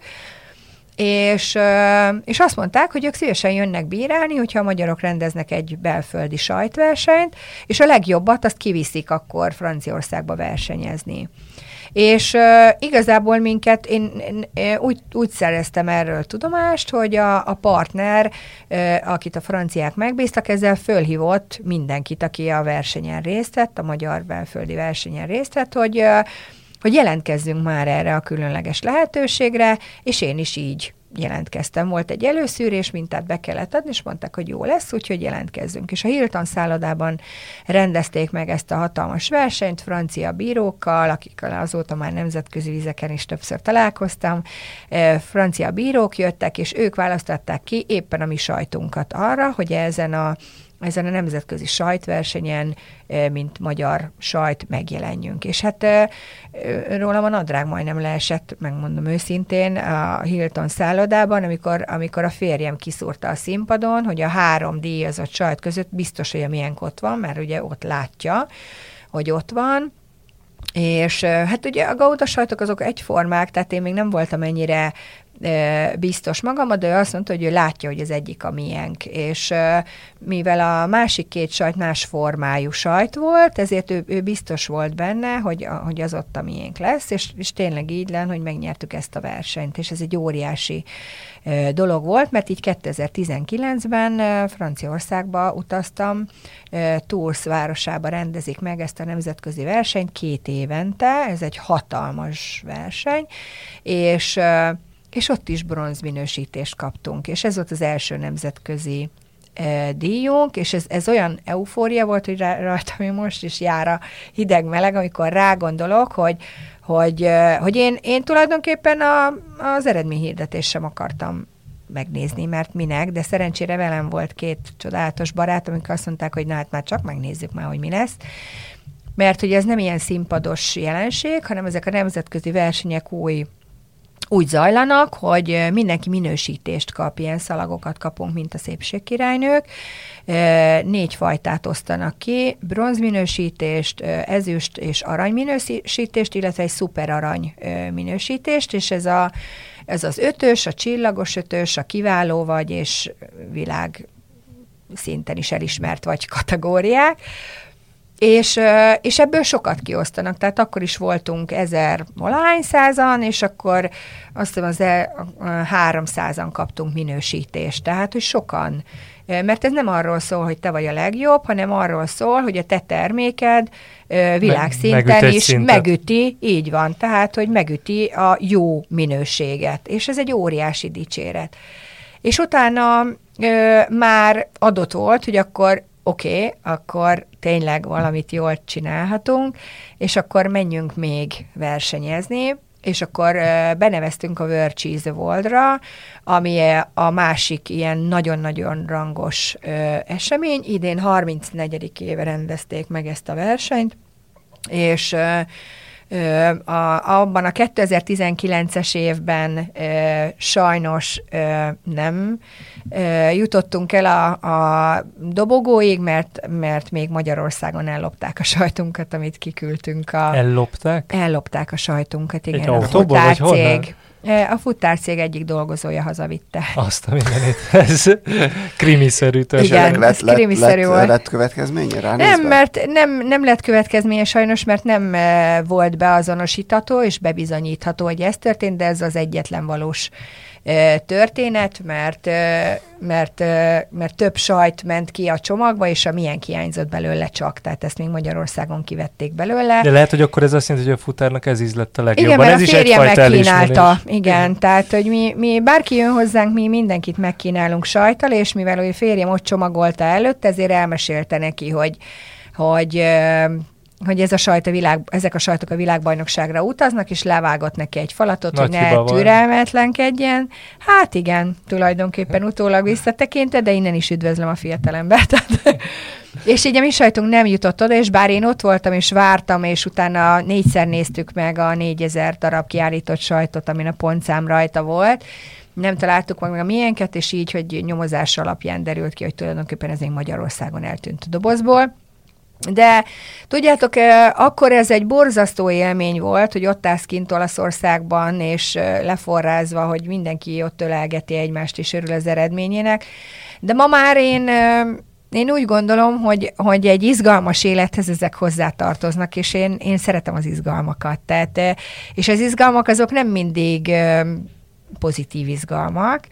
és azt mondták, hogy ők szívesen jönnek bírálni, hogyha a magyarok rendeznek egy belföldi sajtversenyt, és a legjobbat azt kiviszik akkor Franciaországba versenyezni. És igazából minket, én úgy szereztem erről tudomást, hogy a partner, akit a franciák megbíztak, ezzel fölhívott mindenkit, aki a versenyen részt vett, a magyar belföldi versenyen részt vett, hogy jelentkezzünk már erre a különleges lehetőségre, és én is így jelentkeztem. Volt egy előszűrés, mintát be kellett adni, és mondták, hogy jó lesz, úgyhogy jelentkezzünk. És a Hilton szállodában rendezték meg ezt a hatalmas versenyt francia bírókkal, akikkel azóta már nemzetközi vizeken is többször találkoztam. Francia bírók jöttek, és ők választották ki éppen a mi sajtunkat arra, hogy ezen a nemzetközi sajtversenyen, mint magyar sajt megjelenjünk. És hát rólam a nadrág majdnem leesett, megmondom őszintén, a Hilton szállodában, amikor a férjem kiszúrta a színpadon, hogy a 3 díjazott sajt között biztos, hogy a miénk ott van, mert ugye ott látja, hogy ott van. És hát ugye a Gouda sajtok azok egyformák, tehát én még nem voltam ennyire biztos magam, de ő azt mondta, hogy ő látja, hogy az egyik a miénk. És mivel a másik 2 sajt más formájú sajt volt, ezért ő biztos volt benne, hogy az ott a miénk lesz, és tényleg így lenne, hogy megnyertük ezt a versenyt. És ez egy óriási dolog volt, mert így 2019-ben Franciaországba utaztam, Tours városába rendezik meg ezt a nemzetközi versenyt 2 évente, ez egy hatalmas verseny, és ott is bronzminősítést kaptunk, és ez volt az első nemzetközi díjunk, és ez olyan eufória volt, hogy rajtam én most is jár a hideg-meleg, amikor rágondolok, hogy én tulajdonképpen az eredményhirdetést sem akartam megnézni, mert minek, de szerencsére velem volt 2 csodálatos barát, amikor azt mondták, hogy na hát már csak megnézzük már, hogy mi lesz. mert hogy ez nem ilyen színpados jelenség, hanem ezek a nemzetközi versenyek úgy zajlanak, hogy mindenki minősítést kap, ilyen szalagokat kapunk, mint a szépségkirálynők. 4 fajtát osztanak ki, bronzminősítést, ezüst és arany minősítést, illetve egy szuper arany minősítést, és ez az 5-ös, a csillagos 5-ös, a kiváló vagy, és világ szinten is elismert vagy kategóriák. És ebből sokat kiosztanak, tehát akkor is voltunk 1000-százan, és akkor azt hiszem 300-an kaptunk minősítést, tehát hogy sokan. Mert ez nem arról szól, hogy te vagy a legjobb, hanem arról szól, hogy a te terméked világszinten is megüti, így van, tehát hogy megüti a jó minőséget, és ez egy óriási dicséret. És utána már adott volt, hogy akkor oké, akkor tényleg valamit jól csinálhatunk, és akkor menjünk még versenyezni, és akkor beneveztünk a World Cheese Award-ra, ami a másik ilyen nagyon-nagyon rangos esemény. Idén 34. éve rendezték meg ezt a versenyt, és abban a 2019-es évben sajnos nem jutottunk el a dobogóig, mert még Magyarországon ellopták a sajtunkat, amit kiküldtünk. Ellopták? Ellopták a sajtunkat, igen. Egy autóból, vagy honnan? A futárcég egyik dolgozója hazavitte. Azt a mindenit. Ez krimiszerű történet. Igen, ez krimiszerű volt. Lett következménye rá? Nem lett következménye sajnos, mert nem volt beazonosítható és bebizonyítható, hogy ez történt, de ez az egyetlen valós történet, mert több sajt ment ki a csomagba, és a milyen hiányzott belőle csak, tehát ezt még Magyarországon kivették belőle. De lehet, hogy akkor ez azt jelenti, hogy a futárnak ez ízlett a legjobban. Igen, mert ez a férje megkínálta. Igen, igen, tehát hogy mi bárki jön hozzánk, mi mindenkit megkínálunk sajttal, és mivel a férjem ott csomagolta előtt, ezért elmesélte neki, hogy ez a sajt ezek a sajtok a világbajnokságra utaznak, és levágott neki egy falatot, hogy ne türelmetlenkedjen. Hát igen, tulajdonképpen utólag visszatekintve, de innen is üdvözlöm a fiatalembert. És így a mi sajtunk nem jutott oda, és bár én ott voltam, és vártam, és utána 4-szer néztük meg a 4000 darab kiállított sajtot, amin a pontszám rajta volt, nem találtuk meg a miénket, és így, hogy nyomozás alapján derült ki, hogy tulajdonképpen ez még Magyarországon eltűnt a dobozból. De tudjátok, akkor ez egy borzasztó élmény volt, hogy ott állsz kint Olaszországban, és leforrázva, hogy mindenki ott ölelgeti egymást, és örül az eredményének. De ma már én úgy gondolom, hogy egy izgalmas élethez ezek hozzátartoznak, és én szeretem az izgalmakat. Tehát, és az izgalmak azok nem mindig pozitív izgalmak,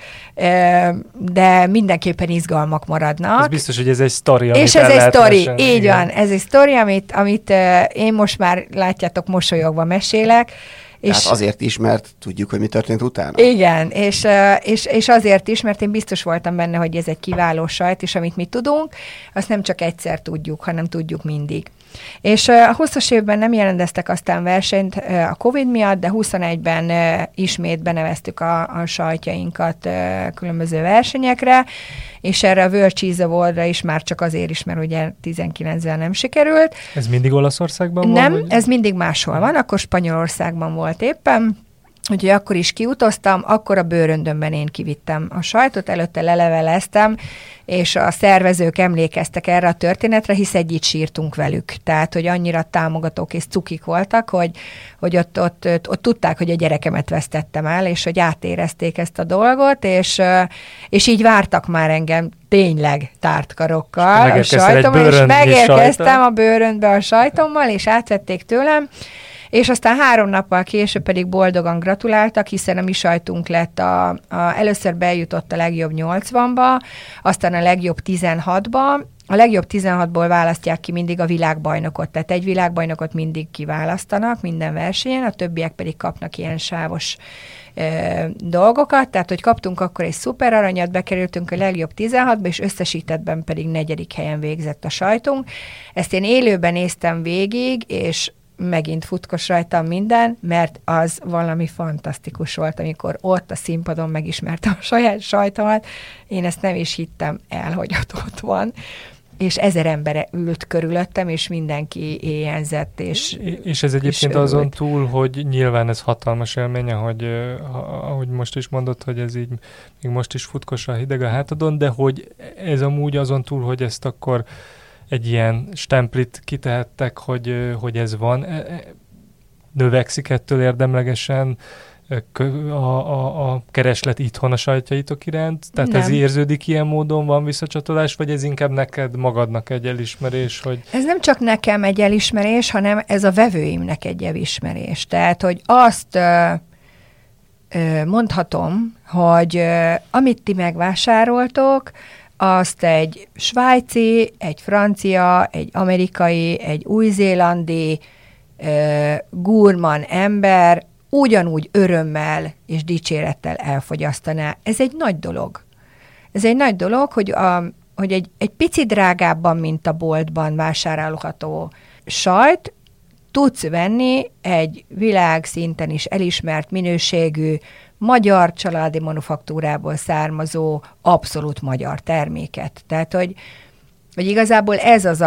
de mindenképpen izgalmak maradnak. Ez biztos, hogy ez egy sztori, amit és ez egy sztori, így van, ez egy sztori, amit én most már, látjátok, mosolyogva mesélek. Tehát azért is, mert tudjuk, hogy mi történt utána. Igen, és azért is, mert én biztos voltam benne, hogy ez egy kiváló sajt, és amit mi tudunk, azt nem csak egyszer tudjuk, hanem tudjuk mindig. És a 20-as évben nem jelenteztek aztán versenyt a Covid miatt, de 21-ben ismét beneveztük a sajtjainkat különböző versenyekre, és erre a World Cheese Award-ra is már csak azért is, mert ugye 19-vel nem sikerült. Ez mindig Olaszországban van? Nem, ez mindig máshol van, akkor Spanyolországban volt éppen. Úgyhogy akkor is kiutaztam, akkor a bőröndömben én kivittem a sajtot, előtte leleveleztem, és a szervezők emlékeztek erre a történetre, hisz együtt sírtunk velük. Tehát, hogy annyira támogatók és cukik voltak, hogy ott tudták, hogy a gyerekemet vesztettem el, és hogy átérezték ezt a dolgot, és így vártak már engem tényleg tárt karokkal a sajtommal, és megérkeztem a bőröndbe a sajtommal, és átvették tőlem, és aztán 3 nappal később pedig boldogan gratuláltak, hiszen a mi sajtunk lett először bejutott a legjobb 80-ba, aztán a legjobb 16-ba. A legjobb 16-ból választják ki mindig a világbajnokot, tehát egy világbajnokot mindig kiválasztanak minden versenyen, a többiek pedig kapnak ilyen sávos dolgokat, tehát hogy kaptunk akkor egy szuper aranyat, bekerültünk a legjobb 16-ba, és összesítettben pedig 4. helyen végzett a sajtunk. Ezt én élőben néztem végig, és megint futkos rajtam minden, mert az valami fantasztikus volt, amikor ott a színpadon megismertem a saját sajtomat. Én ezt nem is hittem el, hogy ott van. és 1000 ember ült körülöttem, és mindenki éjjelzett, és ez egyébként azon túl, hogy nyilván ez hatalmas élmény, ahogy most is mondod, hogy ez így még most is futkos a hideg a hátadon, de hogy ez amúgy azon túl, hogy ezt akkor egy ilyen stemplit kitehettek, hogy ez van, növekszik ettől érdemlegesen a kereslet itthon a sajtjaitok iránt? Tehát nem. Ez érződik ilyen módon, van visszacsatolás, vagy ez inkább neked magadnak egy elismerés? Hogy... Ez nem csak nekem egy elismerés, hanem ez a vevőimnek egy elismerés. Tehát, hogy azt mondhatom, hogy amit ti megvásároltok, azt egy svájci, egy francia, egy amerikai, egy új-zélandi gurman ember ugyanúgy örömmel és dicsérettel elfogyasztaná. Ez egy nagy dolog. Ez egy nagy dolog, hogy egy picit drágábban, mint a boltban vásárolható sajt, tudsz venni egy világszinten is elismert minőségű, magyar családi manufaktúrából származó, abszolút magyar terméket. Tehát, hogy igazából ez az,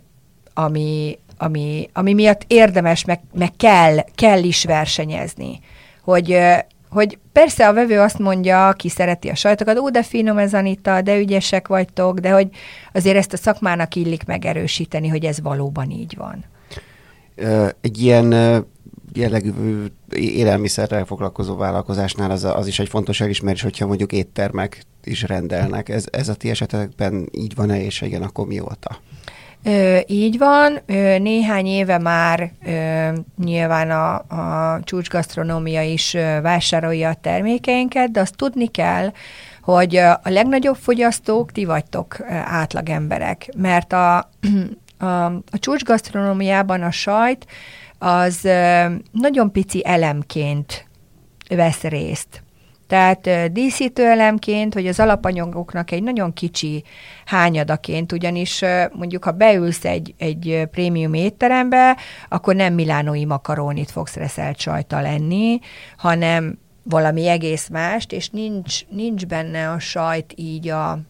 ami miatt érdemes, meg kell is versenyezni. Hogy persze a vevő azt mondja, aki szereti a sajtokat, de finom ez, Anita, de ügyesek vagytok, de hogy azért ezt a szakmának illik megerősíteni, hogy ez valóban így van. Egy ilyen jellegű élelmiszerrel foglalkozó vállalkozásnál az is egy fontos elismerés, hogyha mondjuk éttermek is rendelnek. Ez a ti esetekben így van-e, és igen, akkor mióta? Így van. Néhány éve már nyilván a csúcsgasztronómia is vásárolja a termékeinket, de azt tudni kell, hogy a legnagyobb fogyasztók ti vagytok átlagemberek, mert a csúcsgasztronómiában a sajt az nagyon pici elemként vesz részt. Tehát díszítőelemként, vagy az alapanyagoknak egy nagyon kicsi hányadaként, ugyanis mondjuk, ha beülsz egy prémium étterembe, akkor nem milánói makarónit fogsz reszelt sajttal enni, hanem valami egész mást, és nincs benne a sajt így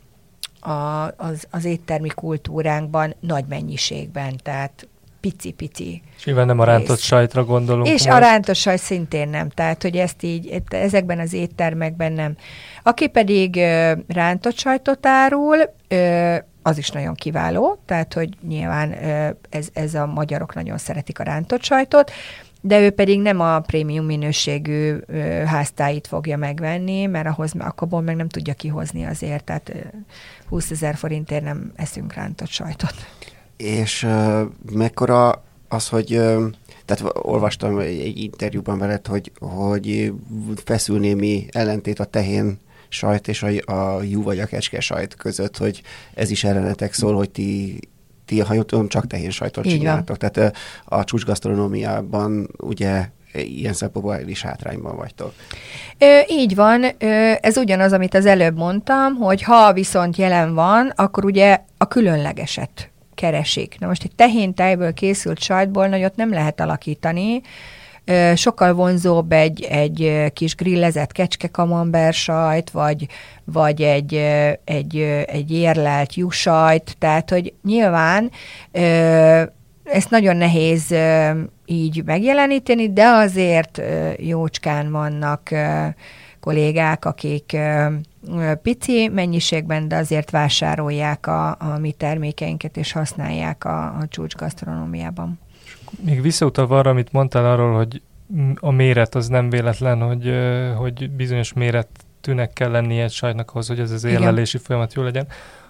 az éttermi kultúránkban nagy mennyiségben, tehát pici-pici. És nyilván nem a rántott sajtra gondolunk. És most. A rántott sajt szintén nem, tehát hogy ezt így ezekben az éttermekben nem. Aki pedig rántott sajtot árul, az is nagyon kiváló, tehát hogy nyilván ez a magyarok nagyon szeretik a rántott sajtot, de ő pedig nem a prémium minőségű háztáit fogja megvenni, mert akkor meg nem tudja kihozni azért, tehát 20 000 forintért nem eszünk rántott sajtot. És mekkora az, hogy tehát olvastam egy interjúban veled, hogy feszül némi ellentét a tehén sajt és a jú vagy a kecske sajt között, hogy ez is ellenetek szól, hogy ti ha jól tudom, csak tehén sajtot csináltok. Tehát a csúcsgasztronómiában ugye ilyen szempontból is hátrányban vagytok. Így van, ez ugyanaz, amit az előbb mondtam, hogy ha viszont jelen van, akkor ugye a különlegeset keresik. Na most egy tehéntejből készült sajtból nagyot nem lehet alakítani, sokkal vonzóbb egy kis grillezett kecske-kamember sajt, vagy egy érlelt juhsajt, tehát hogy nyilván ezt nagyon nehéz így megjeleníteni, de azért jócskán vannak kollégák, akik pici mennyiségben, de azért vásárolják a mi termékeinket, és használják a csúcsgasztronómiában. Még visszautalva arra, amit mondtál arról, hogy a méret az nem véletlen, hogy bizonyos méretűnek kell lennie egy sajtnak ahhoz, hogy ez az érlelési folyamat jó legyen,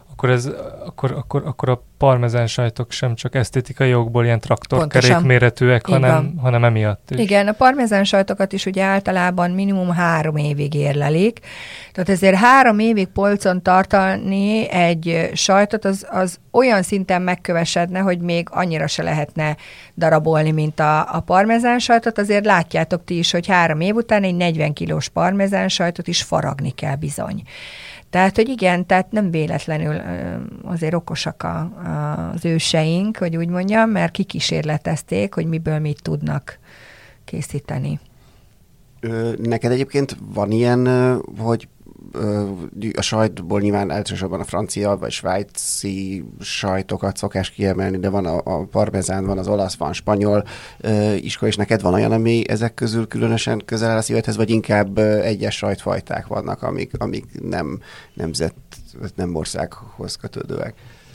akkor a parmezán sajtok sem csak esztétikai okból ilyen traktorkerék méretűek, hanem emiatt is. Igen, a parmezán sajtokat is ugye általában minimum 3 évig érlelik. Tehát ezért 3 évig polcon tartani egy sajtot, az olyan szinten megkövesedne, hogy még annyira se lehetne darabolni, mint a parmezán sajtot. Azért látjátok ti is, hogy 3 év után egy 40 kilós parmezán sajtot is faragni kell bizony. Tehát, hogy igen, tehát nem véletlenül azért okosak az őseink, hogy úgy mondjam, mert kikísérletezték, hogy miből mit tudnak készíteni. Neked egyébként van ilyen, hogy a sajtból nyilván elsősorban a francia vagy svájci sajtokat szokás kiemelni, de van a parmezán, van az olasz, van spanyol iskola, és neked van olyan, ami ezek közül különösen közel áll a szívedhez, vagy inkább egyes sajtfajták vannak, amik nem országhoz kötődőek?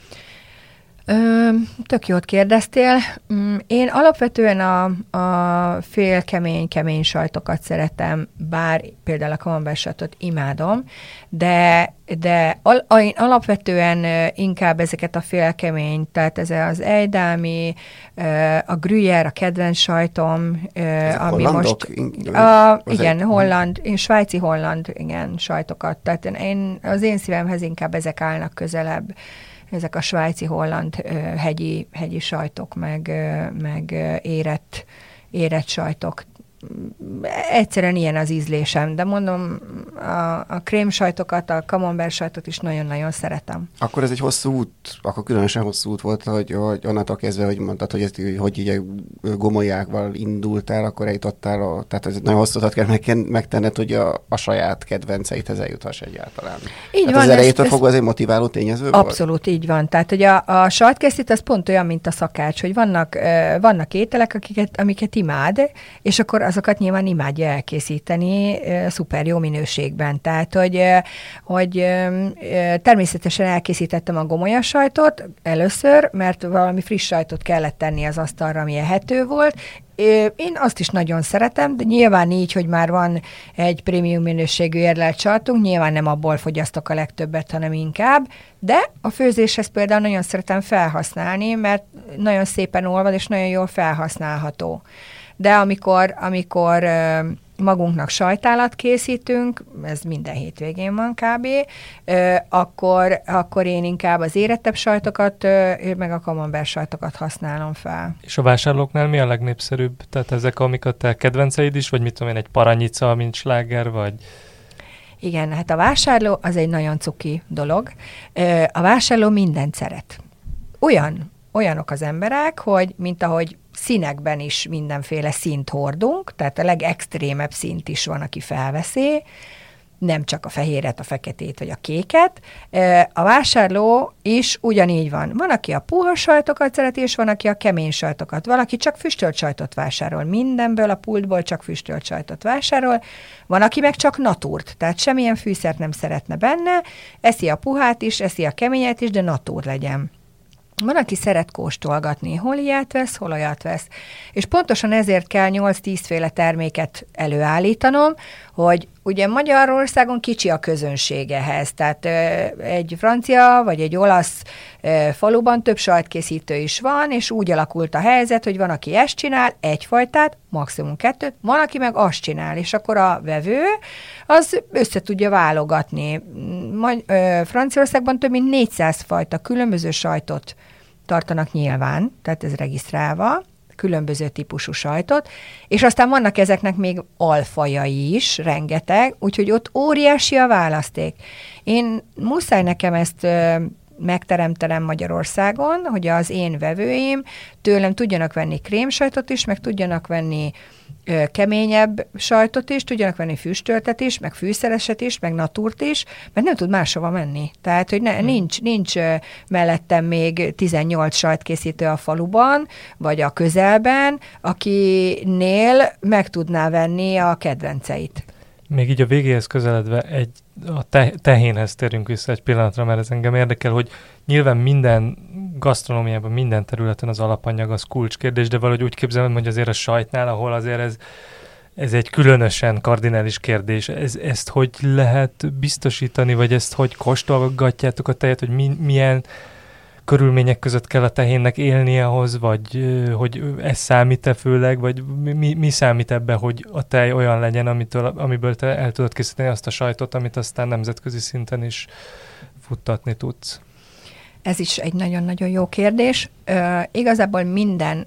Tök jót kérdeztél. Én alapvetően a kemény sajtokat szeretem, bár például a camembert sajtot imádom, de én alapvetően inkább ezeket a félkemény, tehát ez az ejdalmi, a gruyère, a kedvenc sajtom, ami most... Igen, holland, én svájci holland, igen, sajtokat. Tehát az én szívemhez inkább ezek állnak közelebb. Ezek a svájci-holland hegyi sajtok, meg érett sajtok. Egyszerűen ilyen az ízlésem, de mondom, a krémsajtokat, a camembert sajtot is nagyon-nagyon szeretem. Akkor ez egy hosszú út, akkor különösen hosszú út volt, hogy onnantól kezdve, hogy mondtad, hogy hogy így gomolyákval indultál, akkor eljutottál, tehát ez nagyon hosszú utat kell megtenned, hogy a saját kedvenceidhez eljuthass egyáltalán. Így hát van. Az elejétől fogva az egy motiváló tényező volt? Abszolút, így van. Tehát, hogy a sajtkészít az pont olyan, mint a szakács, hogy vannak ételek, amiket imád, és akkor azokat nyilván imádja elkészíteni szuper jó minőségben. Tehát, hogy természetesen elkészítettem a gomolyasajtot először, mert valami friss sajtot kellett tenni az asztalra, ami ehető volt. Én azt is nagyon szeretem, de nyilván így, hogy már van egy prémium minőségű érlelt sajtunk, nyilván nem abból fogyasztok a legtöbbet, hanem inkább, de a főzéshez például nagyon szeretem felhasználni, mert nagyon szépen olvad, és nagyon jól felhasználható. De amikor magunknak sajtálat készítünk, ez minden hétvégén van kb., akkor én inkább az érettebb sajtokat, meg a camembert sajtokat használom fel. És a vásárlóknál mi a legnépszerűbb? Tehát ezek, amik a te kedvenceid is, vagy mit tudom én, egy paranyica, mint sláger, vagy... Igen, hát a vásárló az egy nagyon cuki dolog. A vásárló mindent szeret. Olyanok az emberek, hogy mint ahogy színekben is mindenféle színt hordunk, tehát a legextrémebb színt is van, aki felveszi, nem csak a fehéret, a feketét vagy a kéket. A vásárló is ugyanígy van. Van, aki a puha sajtokat szereti, és van, aki a kemény sajtokat. Valaki csak füstölt sajtot vásárol. Mindenből a pultból csak füstölt sajtot vásárol. Van, aki meg csak natúrt, tehát semmilyen fűszert nem szeretne benne, eszi a puhát is, eszi a keményet is, de natúr legyen. Van, aki szeret kóstolgatni, hol ilyet vesz, hol olyat vesz. És pontosan ezért kell 8-10 féle terméket előállítanom, hogy ugye Magyarországon kicsi a közönség ehhez. Tehát egy francia vagy egy olasz faluban több sajtkészítő is van, és úgy alakult a helyzet, hogy van, aki ezt csinál, egyfajtát, maximum 2, van, aki meg azt csinál, és akkor a vevő az össze tudja válogatni. Franciaországban több mint 400 fajta különböző sajtot tartanak nyilván, tehát ez regisztrálva, különböző típusú sajtot, és aztán vannak ezeknek még alfajai is, rengeteg, úgyhogy ott óriási a választék. Én muszáj nekem ezt megteremtenem Magyarországon, hogy az én vevőim tőlem tudjanak venni krémsajtot is, meg tudjanak venni keményebb sajtot is, tudjanak venni füstöltet is, meg fűszereset is, meg natúrt is, mert nem tud máshova menni. Tehát, hogy nincs mellettem még 18 sajtkészítő a faluban, vagy a közelben, akinél meg tudná venni a kedvenceit. Még így a végéhez közeledve a tehénhez térjünk vissza egy pillanatra, mert ez engem érdekel, hogy nyilván minden gasztronómiában, minden területen az alapanyag az kulcskérdés, de valahogy úgy képzelem, hogy azért a sajtnál, ahol azért ez egy különösen kardinális kérdés. Ezt hogy lehet biztosítani, vagy ezt hogy kóstolgatjátok a tejet, hogy milyen körülmények között kell a tehénnek élni ahhoz, vagy hogy ez számít-e főleg, vagy mi számít ebbe, hogy a tej olyan legyen, amiből te el tudod készíteni azt a sajtot, amit aztán nemzetközi szinten is futtatni tudsz? Ez is egy nagyon-nagyon jó kérdés. Igazából minden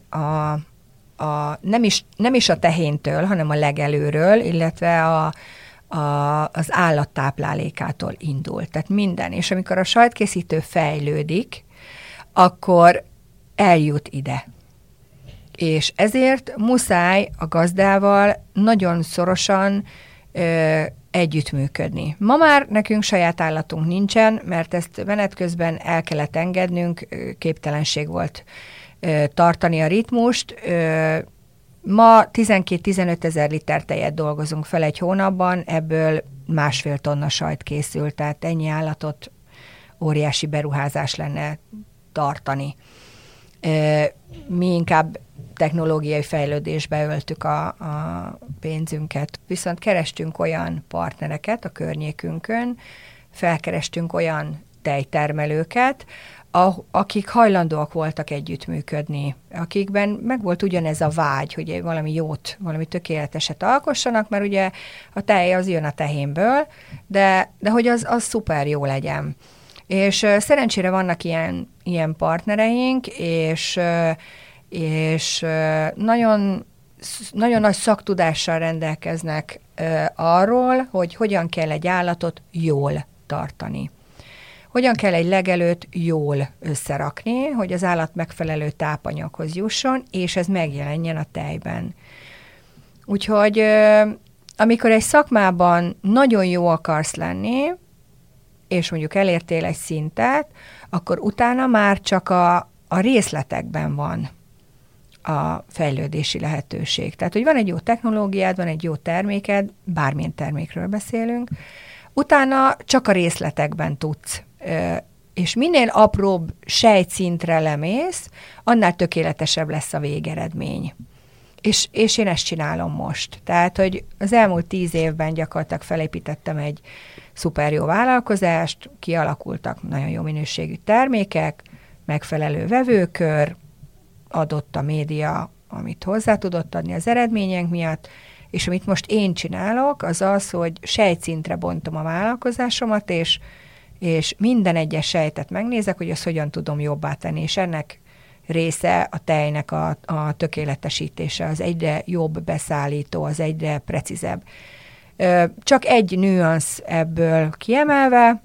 nem is a tehéntől, hanem a legelőről, illetve az állattáplálékától indul. Tehát minden. És amikor a sajtkészítő fejlődik, akkor eljut ide. És ezért muszáj a gazdával nagyon szorosan együttműködni. Ma már nekünk saját állatunk nincsen, mert ezt menet közben el kellett engednünk, képtelenség volt tartani a ritmust. Ma 12-15 ezer liter tejet dolgozunk fel egy hónapban, ebből 1,5 tonna sajt készül, tehát ennyi állatot óriási beruházás lenne tartani. Mi inkább technológiai fejlődésbe öltük a pénzünket. Viszont kerestünk olyan partnereket a környékünkön, felkerestünk olyan tejtermelőket, akik hajlandóak voltak együttműködni, akikben megvolt ugyanez a vágy, hogy valami jót, valami tökéleteset alkossanak, mert ugye a tej az jön a tehénből, de hogy az szuper jó legyen. És szerencsére vannak ilyen partnereink, és nagyon, nagyon nagy szaktudással rendelkeznek arról, hogy hogyan kell egy állatot jól tartani. Hogyan kell egy legelőt jól összerakni, hogy az állat megfelelő tápanyaghoz jusson, és ez megjelenjen a tejben. Úgyhogy amikor egy szakmában nagyon jó akarsz lenni, és mondjuk elértél egy szintet, akkor utána már csak a részletekben van a fejlődési lehetőség. Tehát, hogy van egy jó technológiád, van egy jó terméked, bármilyen termékről beszélünk, utána csak a részletekben tudsz. És minél apróbb sejtszintre lemész, annál tökéletesebb lesz a végeredmény. És én ezt csinálom most. Tehát, hogy az elmúlt 10 évben gyakorlatilag felépítettem egy szuper jó vállalkozást, kialakultak nagyon jó minőségű termékek, megfelelő vevőkör, adott a média, amit hozzá tudott adni az eredmények miatt, és amit most én csinálok, az az, hogy sejtszintre bontom a vállalkozásomat, és minden egyes sejtet megnézek, hogy azt hogyan tudom jobbá tenni, és ennek része a tejnek a tökéletesítése, az egyre jobb beszállító, az egyre precízebb. Csak egy nüansz ebből kiemelve,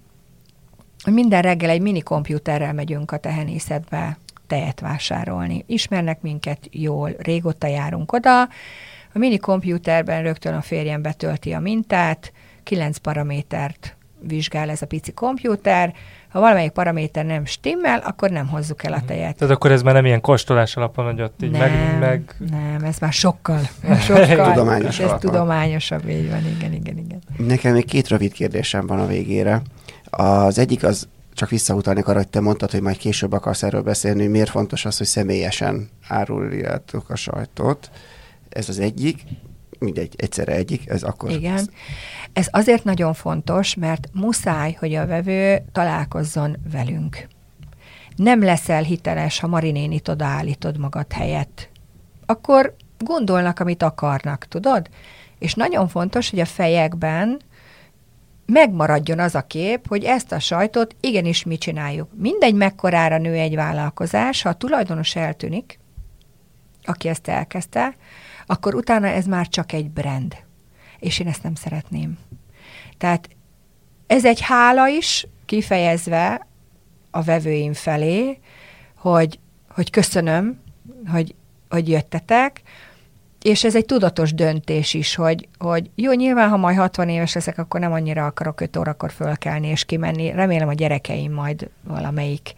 minden reggel egy mini komputerrel megyünk a tehenészetbe tejet vásárolni. Ismernek minket jól, régóta járunk oda. A mini komputerben rögtön a férjem betölti a mintát, 9 paramétert vizsgál ez a pici komputer. Ha valamelyik paraméter nem stimmel, akkor nem hozzuk el a tejet. Tehát akkor ez már nem ilyen kóstolás alapon, hogy ott így Nem, ez már sokkal tudományosabb. Ez tudományosabb, így van, igen. Nekem még 2 rövid kérdésem van a végére. Az egyik az, csak visszautalnék arra, hogy te mondtad, hogy majd később akarsz erről beszélni, hogy miért fontos az, hogy személyesen áruljátok a sajtot. Ez az egyik, mindegy, egyszerre egyik, ez akkor... Igen. Ez azért nagyon fontos, mert muszáj, hogy a vevő találkozzon velünk. Nem leszel hiteles, ha Marinénit odaállítod magad helyett. Akkor gondolnak, amit akarnak, tudod? És nagyon fontos, hogy a fejekben megmaradjon az a kép, hogy ezt a sajtot igenis mi csináljuk. Mindegy, mekkorára nő egy vállalkozás, ha a tulajdonos eltűnik, aki ezt elkezdte, akkor utána ez már csak egy brand. És én ezt nem szeretném. Tehát ez egy hála is kifejezve a vevőim felé, hogy köszönöm, hogy jöttetek, és ez egy tudatos döntés is, hogy jó, nyilván, ha majd 60 éves leszek, akkor nem annyira akarok 5 órakor fölkelni és kimenni. Remélem a gyerekeim majd valamelyik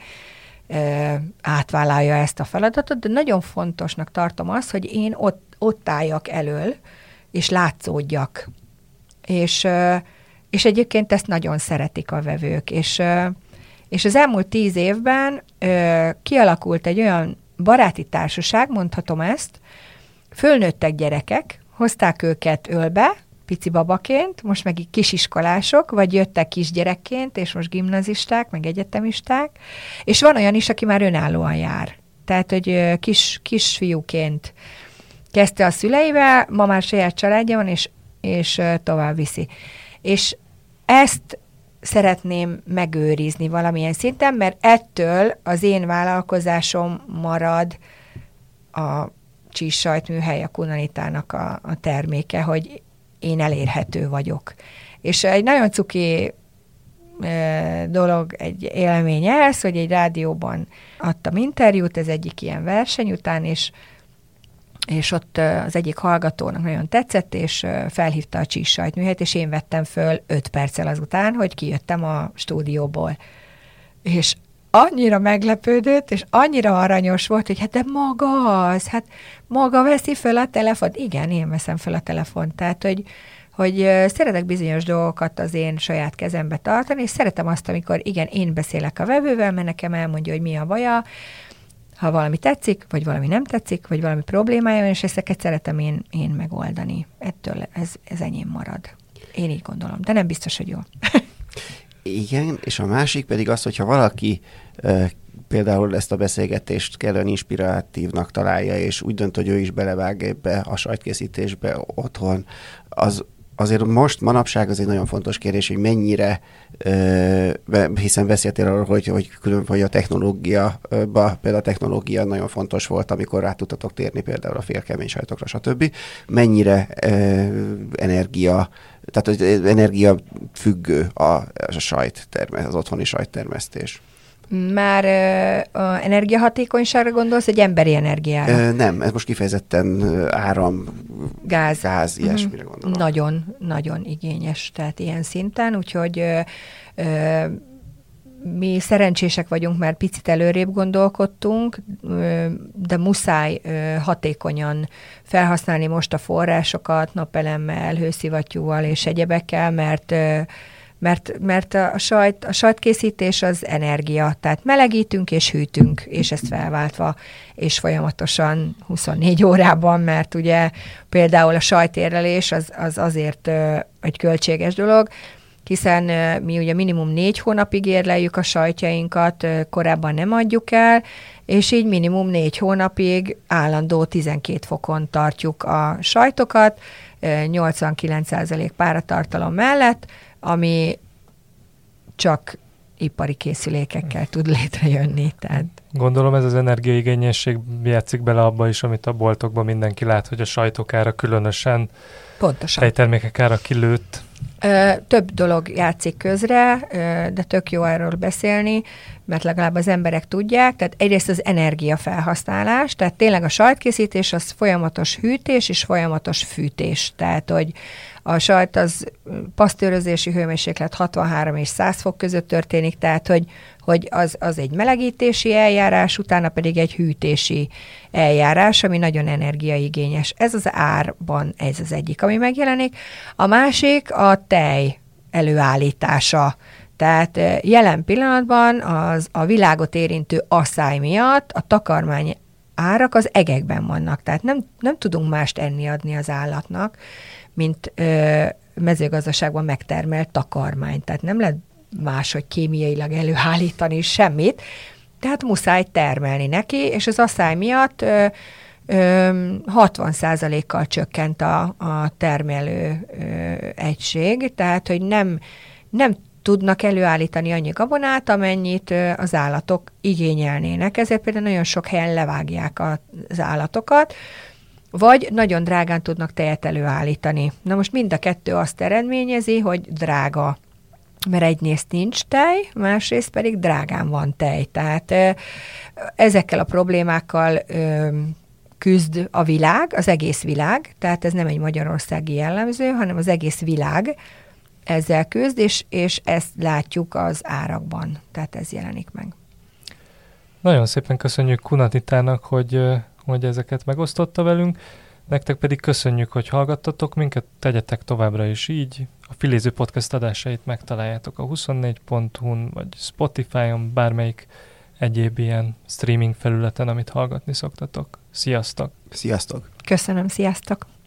átvállalja ezt a feladatot, de nagyon fontosnak tartom azt, hogy én ott álljak elől, és látszódjak. És egyébként ezt nagyon szeretik a vevők. És az elmúlt 10 évben kialakult egy olyan baráti társaság, mondhatom ezt, fölnőttek gyerekek, hozták őket ölbe, pici babaként, most meg kisiskolások, vagy jöttek kisgyerekként, és most gimnazisták, meg egyetemisták, és van olyan is, aki már önállóan jár. Tehát, hogy kisfiúként kezdte a szüleivel, ma már saját családja van, és tovább viszi. És ezt szeretném megőrizni valamilyen szinten, mert ettől az én vállalkozásom marad a csízsajtműhely, a Kunanitának a terméke, hogy én elérhető vagyok. És egy nagyon cuki dolog, egy élmény ez, hogy egy rádióban adtam interjút, ez egyik ilyen verseny után, és és ott az egyik hallgatónak nagyon tetszett, és felhívta a Cheese sajtműhelyt, és én vettem föl 5 perccel azután, hogy kijöttem a stúdióból. És annyira meglepődött, és annyira aranyos volt, hogy hát de maga az, hát maga veszi föl a telefont. Igen, én veszem föl a telefont. Tehát, hogy szeretek bizonyos dolgokat az én saját kezembe tartani, és szeretem azt, amikor igen, én beszélek a vevővel, mert nekem elmondja, hogy mi a baja, ha valami tetszik, vagy valami nem tetszik, vagy valami problémája van, és ezeket szeretem én megoldani. Ettől ez enyém marad. Én így gondolom, de nem biztos, hogy jó. Igen, és a másik pedig az, hogyha valaki például ezt a beszélgetést kellően inspiratívnak találja, és úgy dönt, hogy ő is belevág ebbe a sajtkészítésbe otthon, azért most manapság az egy nagyon fontos kérdés, hogy mennyire, hiszen beszéltél arról, hogy a például a technológia nagyon fontos volt, amikor rá tudtatok térni például a félkemény sajtokra, stb. Mennyire energia függő a az otthoni sajttermesztés? Már energiahatékonyságra gondolsz, hogy emberi energiára? Nem, ez most kifejezetten áram, gáz ilyesmire gondolom. Nagyon, nagyon igényes, tehát ilyen szinten, úgyhogy mi szerencsések vagyunk, mert picit előrébb gondolkodtunk, de muszáj hatékonyan felhasználni most a forrásokat, napelemmel, hőszivattyúval és egyebekkel, mert a sajtkészítés az energia, tehát melegítünk és hűtünk, és ezt felváltva, és folyamatosan 24 órában, mert ugye például a sajtérlelés az azért egy költséges dolog, hiszen mi ugye minimum 4 hónapig érleljük a sajtjainkat, korábban nem adjuk el, és így minimum 4 hónapig állandó 12 fokon tartjuk a sajtokat, 89% páratartalom mellett, ami csak ipari készülékekkel tud létrejönni. Tehát. Gondolom ez az energiaigényesség játszik bele abba is, amit a boltokban mindenki lát, hogy a sajtok ára különösen, pontosan. Tejtermékek ára kilőtt. Több dolog játszik közre, de tök jó erről beszélni, mert legalább az emberek tudják, tehát egyrészt az energiafelhasználás, tehát tényleg a sajtkészítés az folyamatos hűtés és folyamatos fűtés, tehát hogy a sajt az pasztőrözési hőmérséklet 63 és 100 fok között történik, tehát hogy az egy melegítési eljárás, utána pedig egy hűtési eljárás, ami nagyon energiaigényes. Ez az árban ez az egyik, ami megjelenik. A másik a tej előállítása. Tehát jelen pillanatban a világot érintő asszály miatt a takarmány árak az egekben vannak. Tehát nem tudunk mást adni az állatnak, mint mezőgazdaságban megtermelt takarmány. Tehát nem lehet máshogy kémiailag előállítani semmit, tehát muszáj termelni neki, és az asszály miatt 60%-kal csökkent a termelő egység, tehát hogy nem tudnak előállítani annyi gabonát, amennyit az állatok igényelnének. Ezért például nagyon sok helyen levágják az állatokat, vagy nagyon drágán tudnak tejet előállítani. Na most mind a kettő azt eredményezi, hogy drága, mert egyrészt nincs tej, másrészt pedig drágán van tej. Tehát ezekkel a problémákkal küzd a világ, az egész világ, tehát ez nem egy magyarországi jellemző, hanem az egész világ ezzel küzd, és ezt látjuk az árakban. Tehát ez jelenik meg. Nagyon szépen köszönjük Kunatitának, hogy ezeket megosztotta velünk. Nektek pedig köszönjük, hogy hallgattatok minket, tegyetek továbbra is így. A Filéző Podcast adásait megtaláljátok a 24.hu-n, vagy Spotify-on, bármelyik egyéb ilyen streaming felületen, amit hallgatni szoktatok. Sziasztok! Sziasztok! Köszönöm, sziasztok!